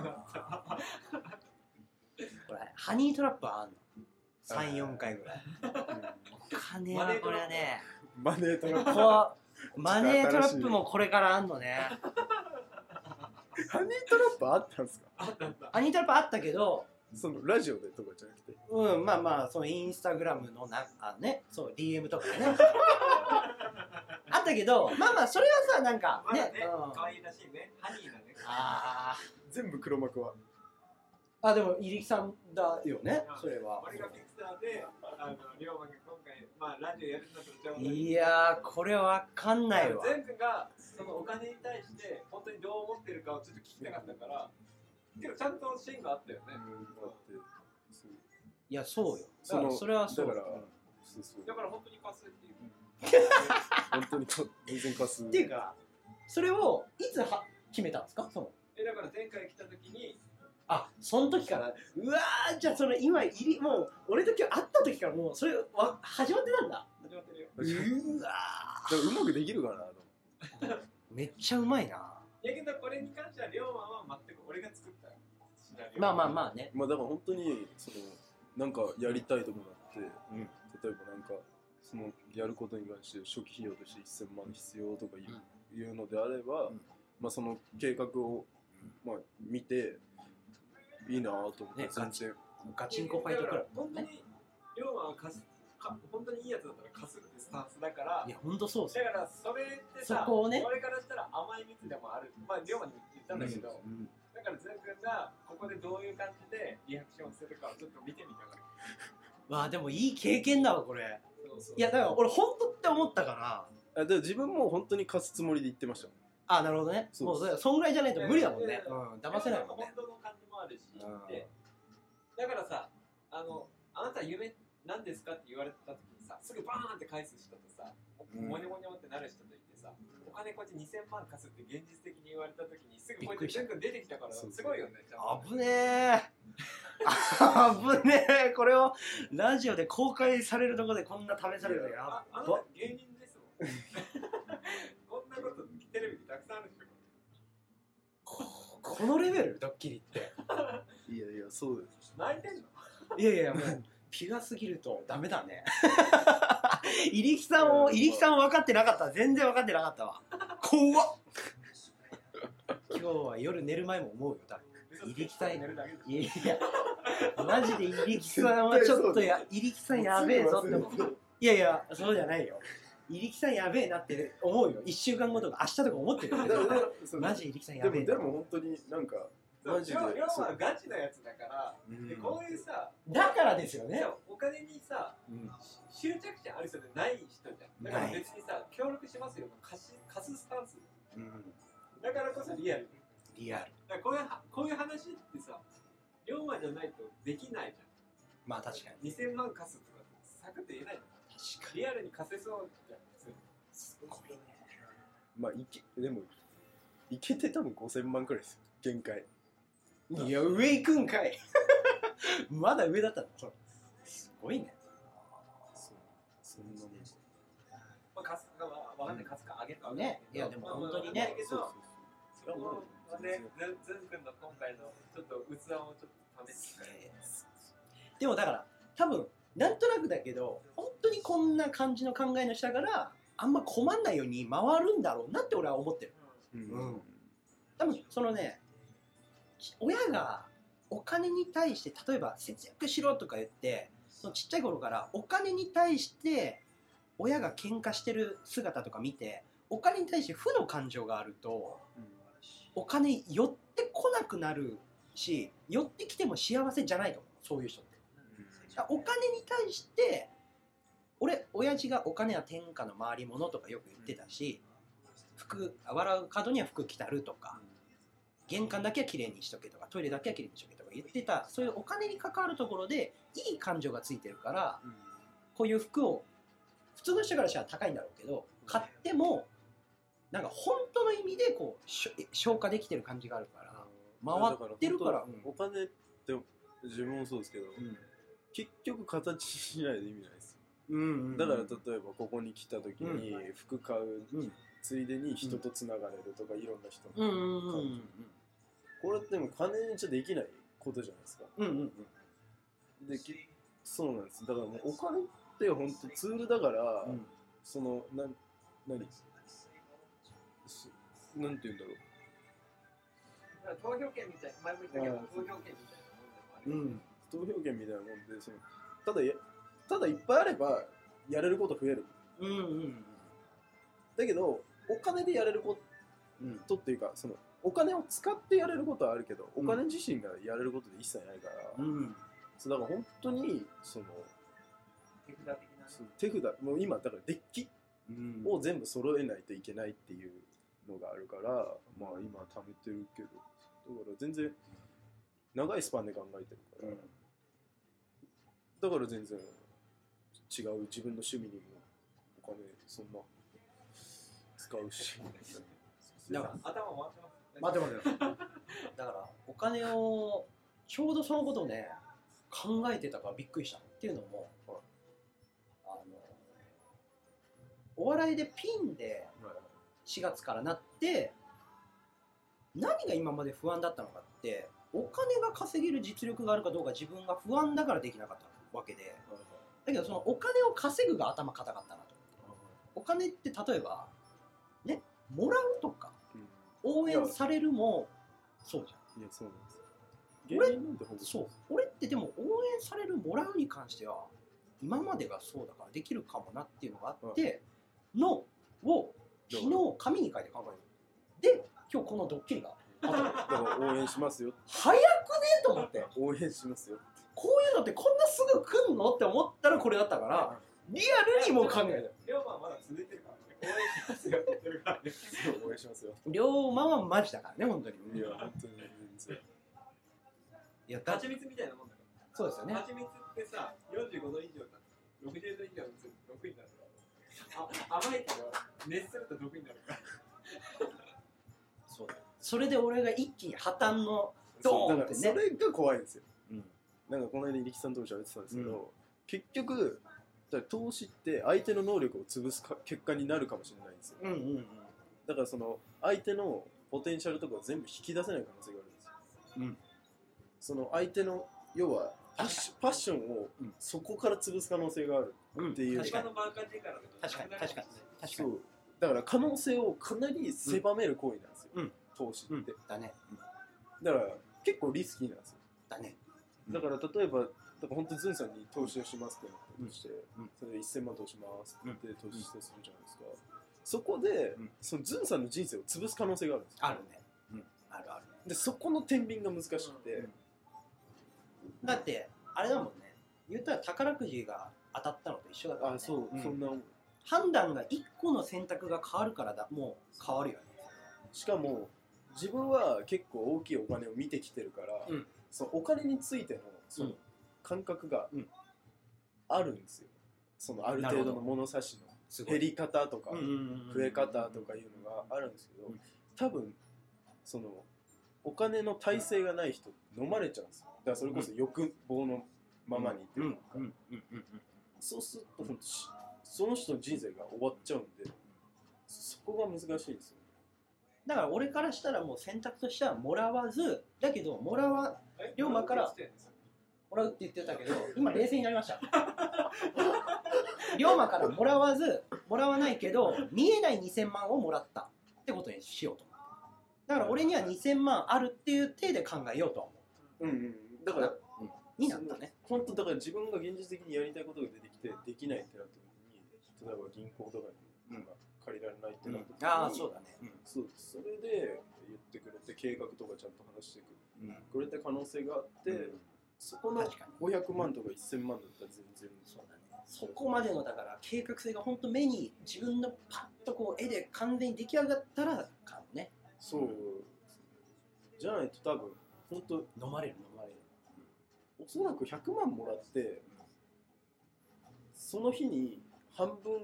これハニートラップはあんの3、4回ぐらい。金はこれはね、 マネートラップ。 マネートラップもこれからあんのね。 ハニートラップあったんですか？ ハニートラップあったけど、 そのラジオでとかじゃなくて、 まあそのインスタグラムのね、そう DM とかねあったけど、まあそれはさ、なんかね、 可愛いらしいね、ハニーだね。 全部黒幕はでも入木さんだよね、それは。 俺がミキサーで、龍馬が今回、ラジオやるんだと。 いやー、これわかんないわ。 全部がそのお金に対して本当にどう思ってるかをちょっと聞きたかったから、けどちゃんとシーンがあったよね。 いや、そうよ。それはそう。 だから、 そうだから本当に貸すっていう。 本当に全然貸す。 っていうか、それをいつ決めたんですか？ だから前回来た時に、 あ、その時から、うわー、じゃあその今もう俺と今日会った時からもうそれ始まってたんだ。 始まってるよ。 うわうまくできるかなと思って。 めっちゃうまいな。 いやけどこれに関しては龍馬は全く俺が作ったシナリオ。 まあね。 まあだから本当になんかやりたいとこがあって、例えばなんかそのやることに関して初期費用として1000万必要とかいうのであれば、まあその計画をまあ見ていいなと思って、全然ガチンコファイトクラブ本当に龍馬は本当にいいやつだったら貸すってスタンスだから。 いや本当そうですよ。 だからそれってさ、俺からしたら甘い蜜でもある。まあ龍馬に言ったんだけど、だからズン君がここでどういう感じでリアクションするかをちょっと見てみたから。 まあでもいい経験だわこれ。いやだから俺本当って思ったから。 でも自分も本当に貸すつもりで言ってました。 あ、なるほどね。もうそんぐらいじゃないと無理だもんね。騙せないもんね。 本当の感じもあるし、だからさ、あなた夢何ですかって言われた時にさ、すぐバーンって返す人とさ、モニョモニョってなる人といてさ、お金こっち2000万貸すって現実的に言われた時にすぐこうやって全部出てきたからすごいよね。 危ねえ。危ねえ。これをラジオで公開されるところでこんな試されるのやば。あなた芸人ですもん。こんなことテレビでたくさんあるでしょ。 このレベルドッキリって。 いやいやそうです。 泣いてんの？ いやいやもうピュアすぎるとダメだね。入木さんも分かってなかった。全然分かってなかったわ。怖っ。今日は夜寝る前も思うよ多分。入木さんいやマジで入木さんはちょっと入木さんやべえぞって思う。いやそうじゃないよ。入木さんやべえなって思うよ。1週間後とか明日とか思ってるよ。マジ入木さんやべえ。 でも本当になんかマジで。龍馬はガチなやつだから、でこういうさ、 だからですよね。 お金にさ、執着心ある人でない人じゃん。だから別にさ、協力しますよ。貸すスタンス。だからこそリアル。だからこういう話ってさ、龍馬じゃないとできないじゃん。 まあ確かに。 2000万貸すとかサクッと言えないじゃん。 確かに。 リアルに貸せそうじゃん。 すごいね。 まあでもいけて多分5000万くらいですよ限界。 いや上行くんかい。まだ上だったの。すごいね。 そんなもん。 まあ貸すかわかんない、貸すかあげるかね。いやでも本当にね。 そこでズン君の今回のちょっと器をちょっと試して。 でもだから多分なんとなくだけど本当にこんな感じの考えの人だからあんま困んないように回るんだろうなって俺は思ってる。多分そのね。親がお金に対して例えば節約しろとか言ってそのちっちゃい頃からお金に対して親が喧嘩してる姿とか見てお金に対して負の感情があるとお金寄ってこなくなるし寄ってきても幸せじゃないと思うそういう人って。お金に対して親父がお金は天下の回り物とかよく言ってたし笑う角には服着たるとか。玄関だけはきれいにしとけとかトイレだけはきれいにしとけとか言ってたそういうお金に関わるところでいい感情がついてるから、こういう服を普通の人からしたら高いんだろうけど買ってもなんか本当の意味でこう消化できてる感じがあるから回ってるから、 お金って自分もそうですけど、結局形しないで意味ないです。だから例えばここに来た時に服買う、ついでに人とつながれるとかいろんな人のこれっても金じゃできないことじゃないですか。でそうなんです。だからもうお金って本当ツールだから、そのなんて言うんだろう。投票権みたいな前も言ったけど投票権みたいなもんでもある。 投票権みたいなもんでただいっぱいあればやれること増える。だけどお金でやれることっていうかそのお金を使ってやれることはあるけど、お金自身がやれることで一切ないから、そうだから本当にその手札もう今だからデッキを全部揃えないといけないっていうのがあるから、まあ今貯めてるけど、だから全然長いスパンで考えてるから、だから全然違う自分の趣味にもお金そんな使うし。 だから頭回ってます。 待ってだからお金をちょうどそのことをね考えてたからびっくりしたっていうのも、お笑いでピンで4月からなって何が今まで不安だったのかってお金が稼げる実力があるかどうか自分が不安だからできなかったわけで、だけどそのお金を稼ぐが頭固かったなと。お金って例えばねもらうとか応援されるもそうじゃん。 いやそうなんです。 俺ってでも応援されるもらうに関しては今までがそうだからできるかもなっていうのがあってのを昨日紙に書いて考える。で今日このドッキリがだから応援しますよ。 早くねと思って応援しますよ。 こういうのってこんなすぐ来んのって思ったらこれだったからリアルにもう考えた。 龍馬はまだ続いてるからね。応援しますよって言ってるからね。 応援しますよ。 龍馬はマジだからね本当に。 いや本当に全然。 いや蜂蜜みたいなもんだから。 そうですよね。 蜂蜜ってさ45度以上だと60度以上の毒になるから。甘いけど熱すると毒になるから。 そうだ。それで俺が一気に破綻のドーンってね。 それが怖いんですよ。 うん。 なんかこの間入木さんとも喋ってたんですけど、結局投資って相手の能力を潰す結果になるかもしれないんですよ。 うんうんうん。 だからその相手のポテンシャルとかを全部引き出せない可能性があるんですよ。 うん。 その相手の要はパッションをそこから潰す可能性があるっていう。 確かに。 確かに。 確かに。 そうだから可能性をかなり狭める行為なんですよ。投資って。 だね。 だから結構リスキーなんですよ。 だね。 だから例えば本当ズンさんに投資をしますってなったとして、それで1000万投資しますって投資してするじゃないですか。そこでそのズンさんの人生を潰す可能性があるんですよ。 あるね。あるある。 でそこの天秤が難しくて。 だってあれだもんね。言ったら宝くじが当たったのと一緒だからね。 あ、そう、そんな判断が1個の選択が変わるからもう変わるよね。 しかも自分は結構大きいお金を見てきてるから、そのお金についてのその感覚があるんですよ。そのある程度の物差しの減り方とか増え方とかいうのがあるんですけど、多分そのお金の耐性がない人飲まれちゃうんですよ。だからそれこそ欲望のままにっていうか、そうすると本当その人の人生が終わっちゃうんで、そこが難しいんですよ。 だから俺からしたらもう選択としてはもらわずだけど龍馬からもらうって言ってたけど今冷静になりました龍馬からもらわずもらわないけど見えない2000万をもらったってことにしようと思って、だから俺には2000万あるっていう体で考えようとは思う。 だからになったね。 本当だから自分が現実的にやりたいことが出てきてできないってなった時に、例えば銀行とかに借りられないってなった時に、 ああそうだね。 そうそれで言ってくれて計画とかちゃんと話してくれた可能性があって、そこの500万とか1000万だったら全然そうだね。そこまでのだから計画性が本当目に自分のパッとこう絵で完全に出来上がったらかもね。 そうじゃないと多分本当飲まれる。 おそらく100万もらってその日に半分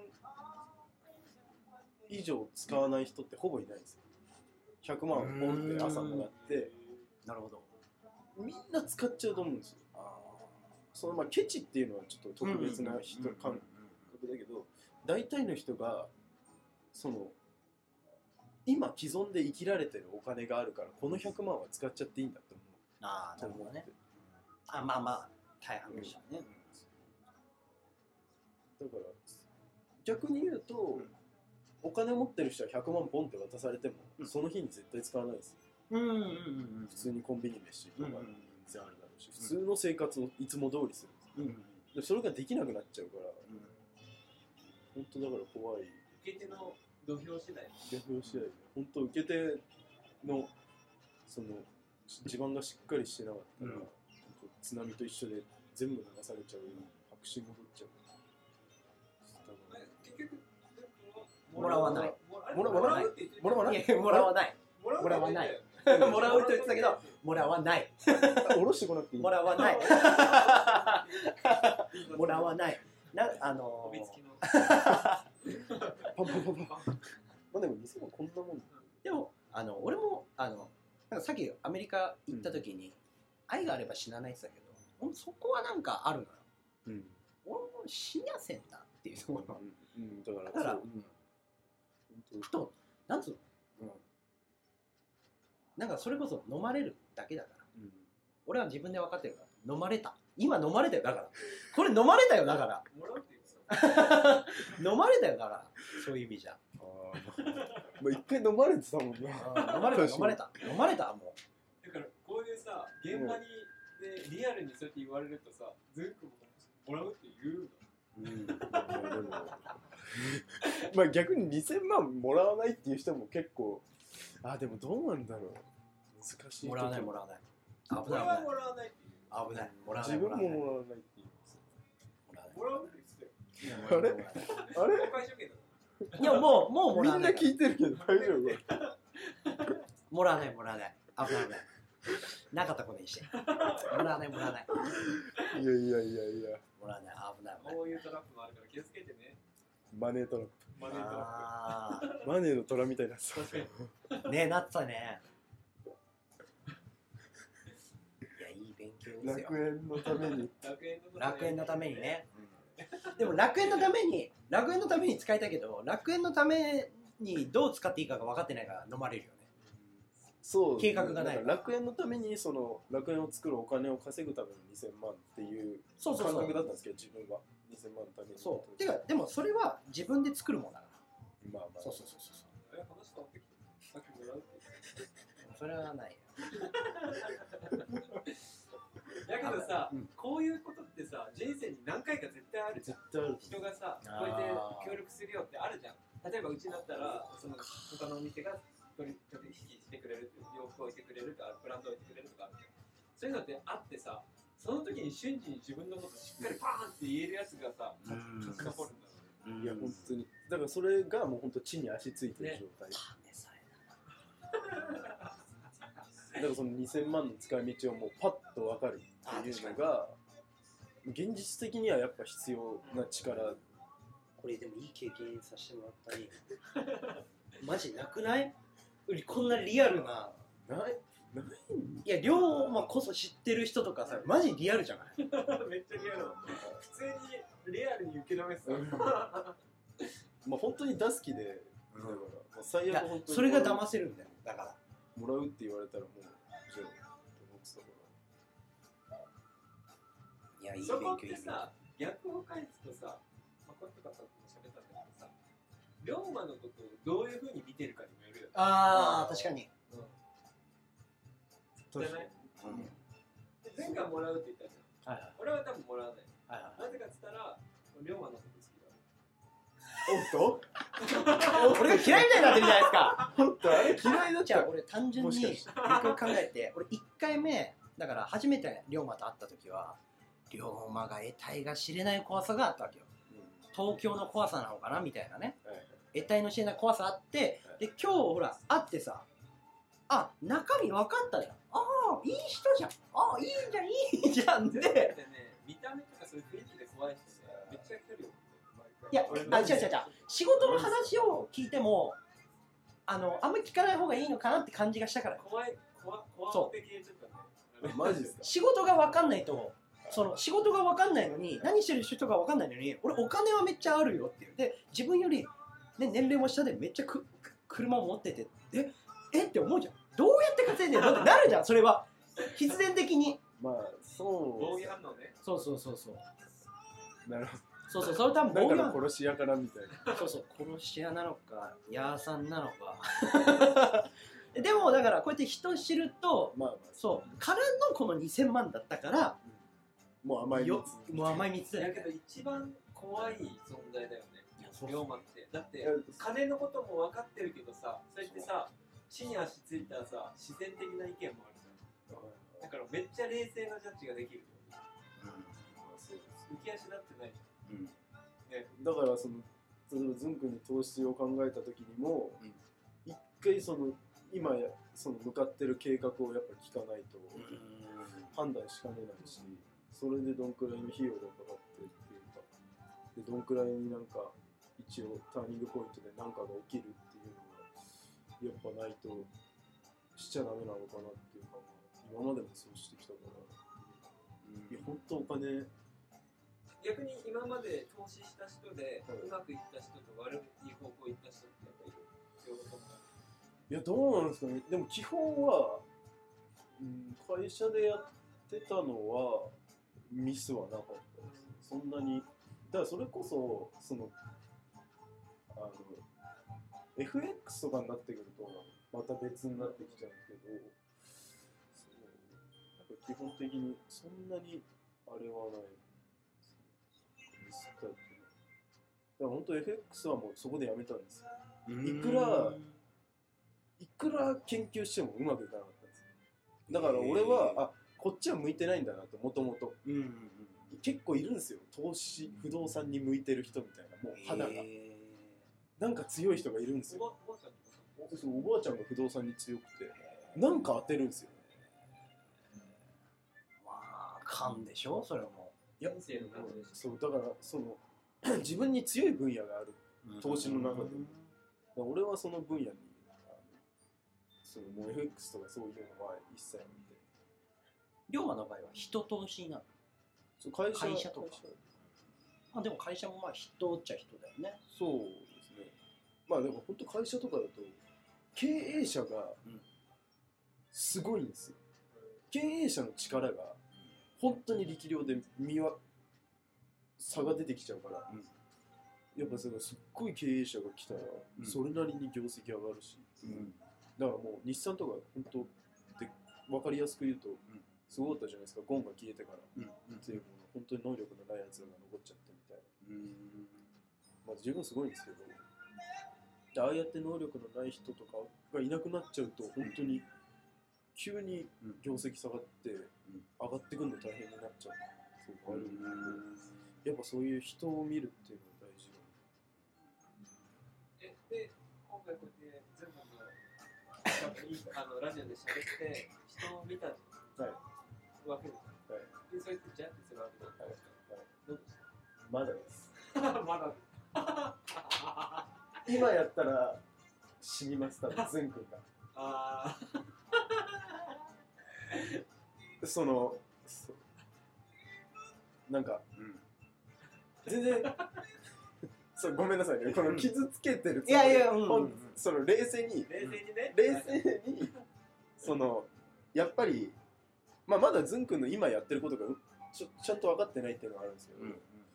以上使わない人ってほぼいないんですよ。100万をポンって朝もらってなるほどみんな使っちゃうと思うんですよ。そのケチっていうのはちょっと特別な人感覚だけど、大体の人がその今既存で生きられてるお金があるからこの100万は使っちゃっていいんだって思う。 なるほどね。まあ大半でしたね。 だから逆に言うと、お金持ってる人は100万ポンって渡されても、その日に絶対使わないです。普通にコンビニ飯とか全然あるだろうし、普通の生活をいつも通りするんです。それができなくなっちゃうから、本当だから怖い。 受け手の土俵次第。 土俵次第で、本当受け手のその地盤がしっかりしてなかったら、津波と一緒で全部流されちゃう、白紙戻っちゃう。 結局もらわない。 もらわない。 もらわない。もらわない。もらわない。もらうと言ってたけど、もらわない。 下ろしてこなくていい。 もらわない。もらわない。 飛びつきのパンパンパンパン。まあでも2000万こんなもん。 でも俺もなんかさっきアメリカ行った時に、愛があれば死なないって言ったけど、俺そこはなんかあるのよ。俺も死にゃせんなっていうところ。 だからふとなんつうの、なんかそれこそ飲まれるだけだから、俺は自分で分かってるから、飲まれた、今飲まれたよ、だからこれ飲まれたよ、だからもらうって言うんですか飲まれたよ、だからそういう意味じゃ。 まあ一回飲まれてたもんな。 飲まれたもだからこういうさ現場にでリアルにそうやって言われるとさ、ズンクもらうって言うんだ。 まあ逆に2000万もらわないっていう人も結構、でもどうなんだろう、難しい。 もらわない危こないれはもらわないっていう。 危ないもらわない自分ももらわないっていう。 もらうって言ってたよ。 あれ公開処刑だ。 いやもうもみんならわない聞いてるけど大丈夫？ もらわない危ないなかったことにしてもらわないいやもらわない危ないこういうトラップもあるから気をつけてね。 マネートラッマネートラプ。マネーの虎みたいなさ。 ねえなってたね。いやいい勉強ですよ。 楽園のために。 楽園のためにね。でも楽園のために使いたいけど、楽園のためにどう使っていいかが分かってないから飲まれるよね。 そう、 計画がないんか楽園のためにその楽園を作るお金を稼ぐための2000万っていうそう感覚だったんですけど、自分は2000万のために。 そうてかでもそれは自分で作るもんだから。 まあまあ。 そう話変わってきた。さっきもらうって言ってそれはないよ。 だけどさ、こういうことってさ、人生に何回か絶対あるじゃん。 絶対ある。 人がさ、こうやって協力するよってあるじゃん。例えばうちだったら、その他のお店が取引してくれるって、洋服を置いてくれるとか、ブランドを置いてくれるとかあるじゃん。そういうのってあってさ、その時に瞬時に自分のことしっかりパーンって言えるやつがさ、勝ち残るんだろうね。 いや本当に。だからそれがもう本当地に足ついてる状態。だからその2000万の使い道をもうパッと分かるっていうのが現実的にはやっぱ必要な力。 これでもいい経験させてもらったりマジなくない？こんなリアルな。 ないいや龍馬こそ知ってる人とかさ、マジリアルじゃない？ めっちゃリアルだ。普通にリアルに受け止めてた。 まあ本当に出す気で、だからもう最悪本当にそれが騙せるんだよ。だからもらうって言われたらもうじゃあと思ってたから。 いやいいそこっ勉強てさ、逆を返すとさ、こういうとかさ、喋ったんだけどさ、龍馬のことをどういう風に見てるかにもよるよね。 ああ確かに。 じゃない？前回もらうって言ったじゃん。俺は多分もらわない。なぜかっつったら、龍馬のこと好きだ。 おっと俺が嫌いみたいになってるじゃないですか。 本当あれ嫌いだった。 じゃあ俺単純によもしかしてく考えて、俺1回目だから初めて龍馬と会った時は、龍馬が得体が知れない怖さがあったわけよ。東京の怖さなのかなみたいなね、得体の知れない怖さあって、で今日ほら会ってさ、中身分かったじゃん。いい人じゃん。いいじゃんで、 見た目とかそういう雰囲気で怖い人さ、めっちゃ距離を。 いや、違う仕事の話を聞いてもあんまり聞かない方がいいのかなって感じがしたから。 怖系ちょっとね。 マジですか？ 仕事が分かんないと、その仕事が分かんないのに、何してる人が分かんないのに、俺お金はめっちゃあるよっていう。で自分より、ね、年齢も下でめっちゃ車を持ってて、って思うじゃん。どうやって稼いでるのってなるじゃん。それは必然的に。 まあそう防御反応ね。 そうなるほそれ多分ど。だから殺し屋からみたいな。 殺し屋なのかヤーさんなのかでもだからこうやって人知ると、そうからのこの2000万だったから、 もう甘い蜜だよ。 だけど一番怖い存在だよね、龍馬って。だって金のことも分かってるけどさ、そうやってさ、地に足ついたらさ、自然的な意見もあるじゃん。だからめっちゃ冷静なジャッジができる。浮き足立ってない。 だからその例えばズン君に投資を考えた時にも、一回その今その向かってる計画をやっぱ聞かないと判断しかねないし、それでどんくらいの費用がかかってっていうか、 でどんくらいになんか一応ターニングポイントで何かが起きるっていうのがやっぱないとしちゃダメなのかなっていうか、今までもそうしてきたから、いや本当お金逆に今まで投資した人でうまくいった人と悪い方向いった人ってやっぱりいる両方とも。 いやどうなんですかね。でも基本は、会社でやってたのはミスはなかったです。そんなに。だからそれこそFX とかになってくるとまた別になってきちゃうんですけど、なんか基本的にそんなにあれはない。ミスったっていう。だから本当 FX はもうそこでやめたんですよ。いくら研究してもうまくいかなかったんですよ。だから俺はこっちは向いてないんだなって、もともと結構いるんですよ、投資不動産に向いてる人みたいな、もう肌がなんか強い人がいるんですよ。おばあちゃんが不動産に強くてなんか当てるんですよ。 まあ勘でしょそれも。 いやそうだから自分に強い分野がある、投資の中でも。俺はその分野にもう FX とかそういうのは一切見て。 龍馬の場合は人投資になる。 会社とか。でも会社もまあ人っちゃ人だよね。 そうですね。まあでも本当会社とかだと経営者がすごいんですよ。経営者の力が本当に力量で差が出てきちゃうから、やっぱすっごい経営者が来たらそれなりに業績上がるし、だからもう日産とか本当で分かりやすく言うと、すごかったじゃないですか、ゴンが消えてから、っていうもの本当に能力のないやつらが残っちゃったみたいな。まあ十分すごいんですけど、ああやって能力のない人とかがいなくなっちゃうと本当に急に業績下がって上がってくるの大変になっちゃう。そうあるんで、やっぱそういう人を見るっていうのは大事で、今回こうやって全部のラジオで喋って人を見たわけです。で、そうやってジャッジするわけなんですか。どうですか。 まだです。 まだ今やったら死にます、多分ズン君が。なんか、全然ごめんなさいね、この傷つけてるつもりで、冷静にやっぱり、まだズン君の今やってることがちゃんと分かってないっていうのがあるんですけど、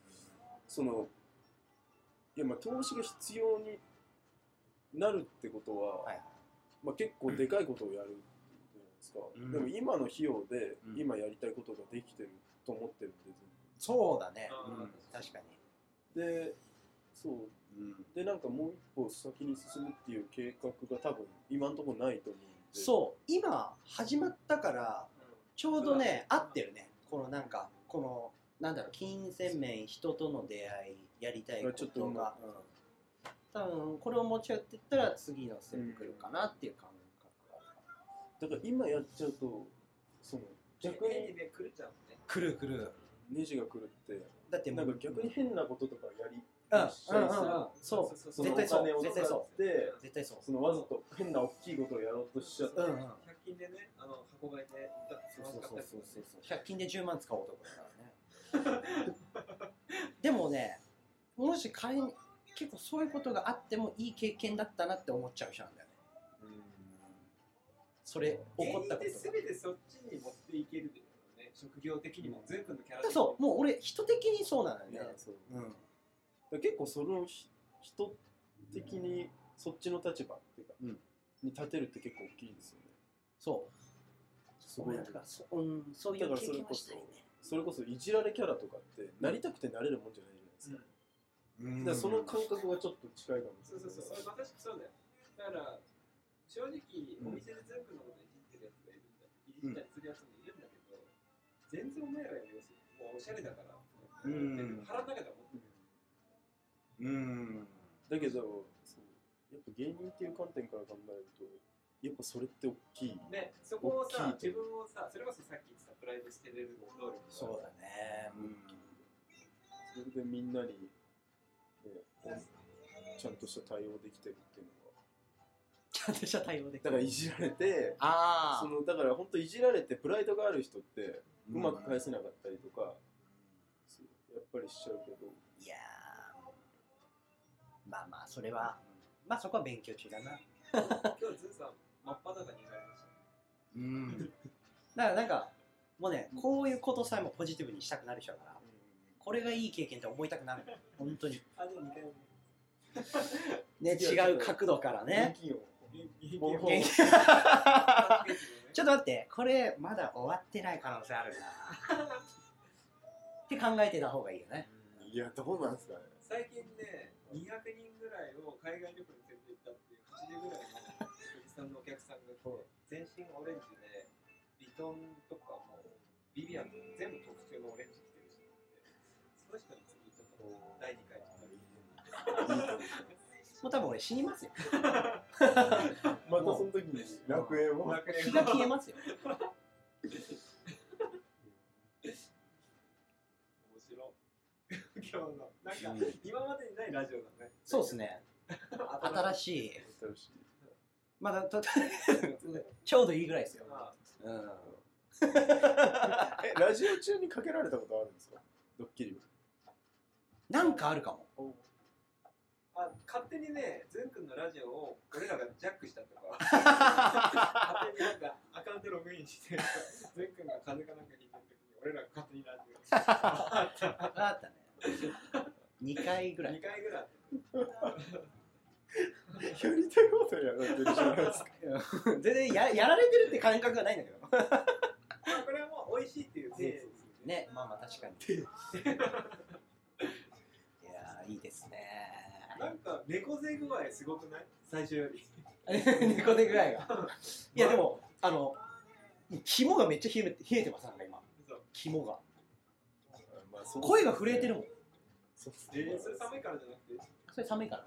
いや投資が必要になるってことは、結構でかいことをやるってことじゃないですか。でも今の費用で今やりたいことができてると思ってるんで、 そうだね、確かに。 ででなんかもう一歩先に進むっていう計画が多分今のところないと思うんで。 そう今始まったからちょうどね合ってるね。なんだろう、金銭面、人との出会い、やりたいことが多分これを持ち合っていったら次のステップ来るかなっていう感覚がある。 だから今やっちゃうと逆にね来るじゃんね。来るネジが来るって、 だってなんか逆に変なこととかやりそう絶対そう、絶対そうわざと変な大きいことをやろうとしちゃって、 100均でね、箱買いで 100均で10万使おうとかだからねでもね、もし仮に結構そういうことがあってもいい経験だったなって思っちゃう人なんだよね。それ起こったことが全てそっちに持っていけるね、職業的にも全部のキャラ的にもう俺人的にそうなのよね。 結構その人的にそっちの立場っていうか、に立てるって結構大きいですよね。すごい。だからそういう経験はしたいね。それこそいじられキャラとかってなりたくてなれるもんじゃないじゃないですか。だからその感覚がちょっと近いかもしれない。 それまさしくそうだよ。だから正直お店で全部のこといじってるやつがいるんだ、いじったりするやつもいるんだけど、全然お前らよりもうおしゃれだから腹の中では思ってる。 だけどやっぱ芸人っていう観点から考えるとやっぱそれって大きいね。そこをさ、自分をさ、それこそさっき言ってたプライド捨てれる能力。 そうだね。 それでみんなにちゃんとした対応できてるっていうのがちゃんとした対応できだからいじられてああだから本当いじられてプライドがある人ってうまく返せなかったりとか、やっぱりしちゃうけどいやまあまあそれはまあそこは勉強中だな今日ズーさん真っ裸になりましただからなんかもうねこういうことさえもポジティブにしたくなる人だからこれがいい経験って思いたくなる本当にあでも2回ね違う角度からね元気を元気ちょっと待ってこれまだ終わってない可能性あるなって考えてた方がいいよねいやどうなんですかね最近ね200人ぐらいを海外旅行に連れて行ったっていう80ぐらいのおじさんのお客さんが来て全身オレンジでリトンとかもビビアン全部特注のオレンジ着てる人がいてその人に次ちょっと第2回もう多分俺死にますよまたその時に楽園を気が消えますよ面白い今日のなんか今までにないラジオだねそうですね新しいまだちょうどいいぐらいですよラジオ中にかけられたことあるんですかドッキリなんかあるかも勝手にね、ズン君のラジオを俺らがジャックしたとか勝手になんかアカウントログインしてズン君が風かなんか弾いてる時に俺らが勝手にラジオあったね2回ぐらい 2回ぐらいやりたいことやられてるじゃないですか全然 やられてるって感覚がないんだけどこれはもう美味しいっていう体ですねまあまあ確かにいやいいですねなんか猫背具合すごくない最初より猫背具合がいやでも肝がめっちゃ冷えてますなんか今肝が、まあ、声が震えてるもんそれ寒いからじゃなくてそれ寒いから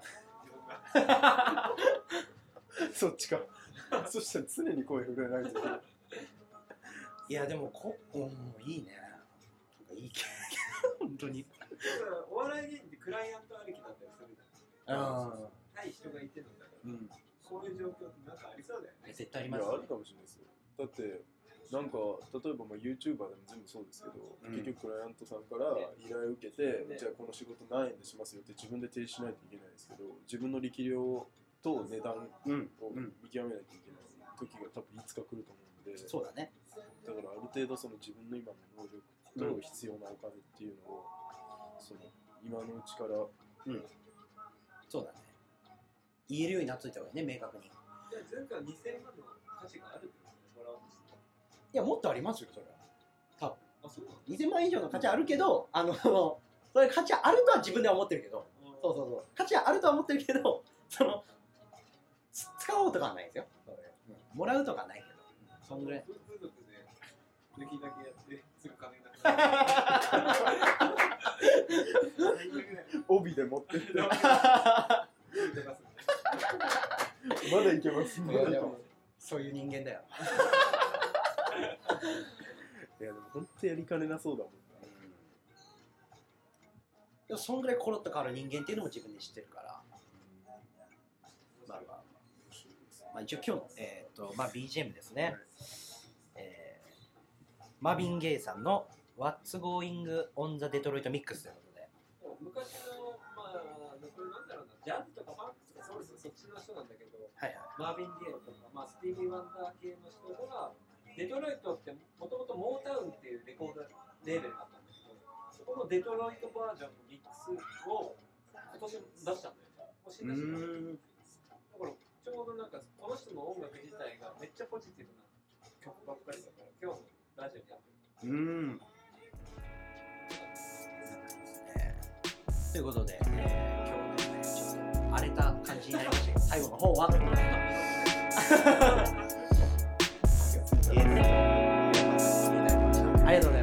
そっちかそしたら常に声震えないといやでもいいねなんかいい経験本当にお笑い芸人ってクライアントありきだったりするじゃん対人がいてるんだから、そういう状況ってなんかありそうだよね絶対ありますよねあるかもしれないですよだってなんか例えばまあ YouTuber でも全部そうですけど、結局クライアントさんから依頼を受けて、じゃあこの仕事何円でしますよって自分で提示しないといけないですけど自分の力量と値段を見極めないといけない時が多分いつか来ると思うんで、 そうだねだからある程度その自分の今の能力と必要なお金っていうのをその今のうちから、 そうだね言えるようになっといた方がいいね明確に。 いや前回2000万の価値があるってことでもらおうとして。 いやもっとありますよそれは多分。 あそうなの 2000万以上の価値あるけどそれ価値あるとは自分では思ってるけど、そう価値はあるとは思ってるけど使おうとかはないですよ。もらうとかはないけど、そんぐらい。 風俗で抜きだけやってすぐ金なくなる。 帯で持ってってまだいけますね。 そういう人間だよ。 いやでも本当やりかねなそうだもんな。 でもそんぐらいコロッと変わる人間っていうのも自分で知ってるから。まあ一応今日のBGM ですね。マービン・ゲイさんの What's Going on the Detroit Mix ということで。 昔のこれなんだろうな、ジャズとかファンクとかそっちの人なんだけど、マービン・ゲイとか、スティービー・ワンダー系の人がデトロイトってもともとモータウンっていうレコードレーベルだったんだけど、そこのデトロイトバージョンのミックスを今年出したんだよ。もし出しただからちょうどなんかこの人の音楽自体がめっちゃポジティブな曲ばっかりだから今日のラジオにやってる。 ということで、今日はちょっと荒れた感じになりましたけど、最後の方はありがとうございます。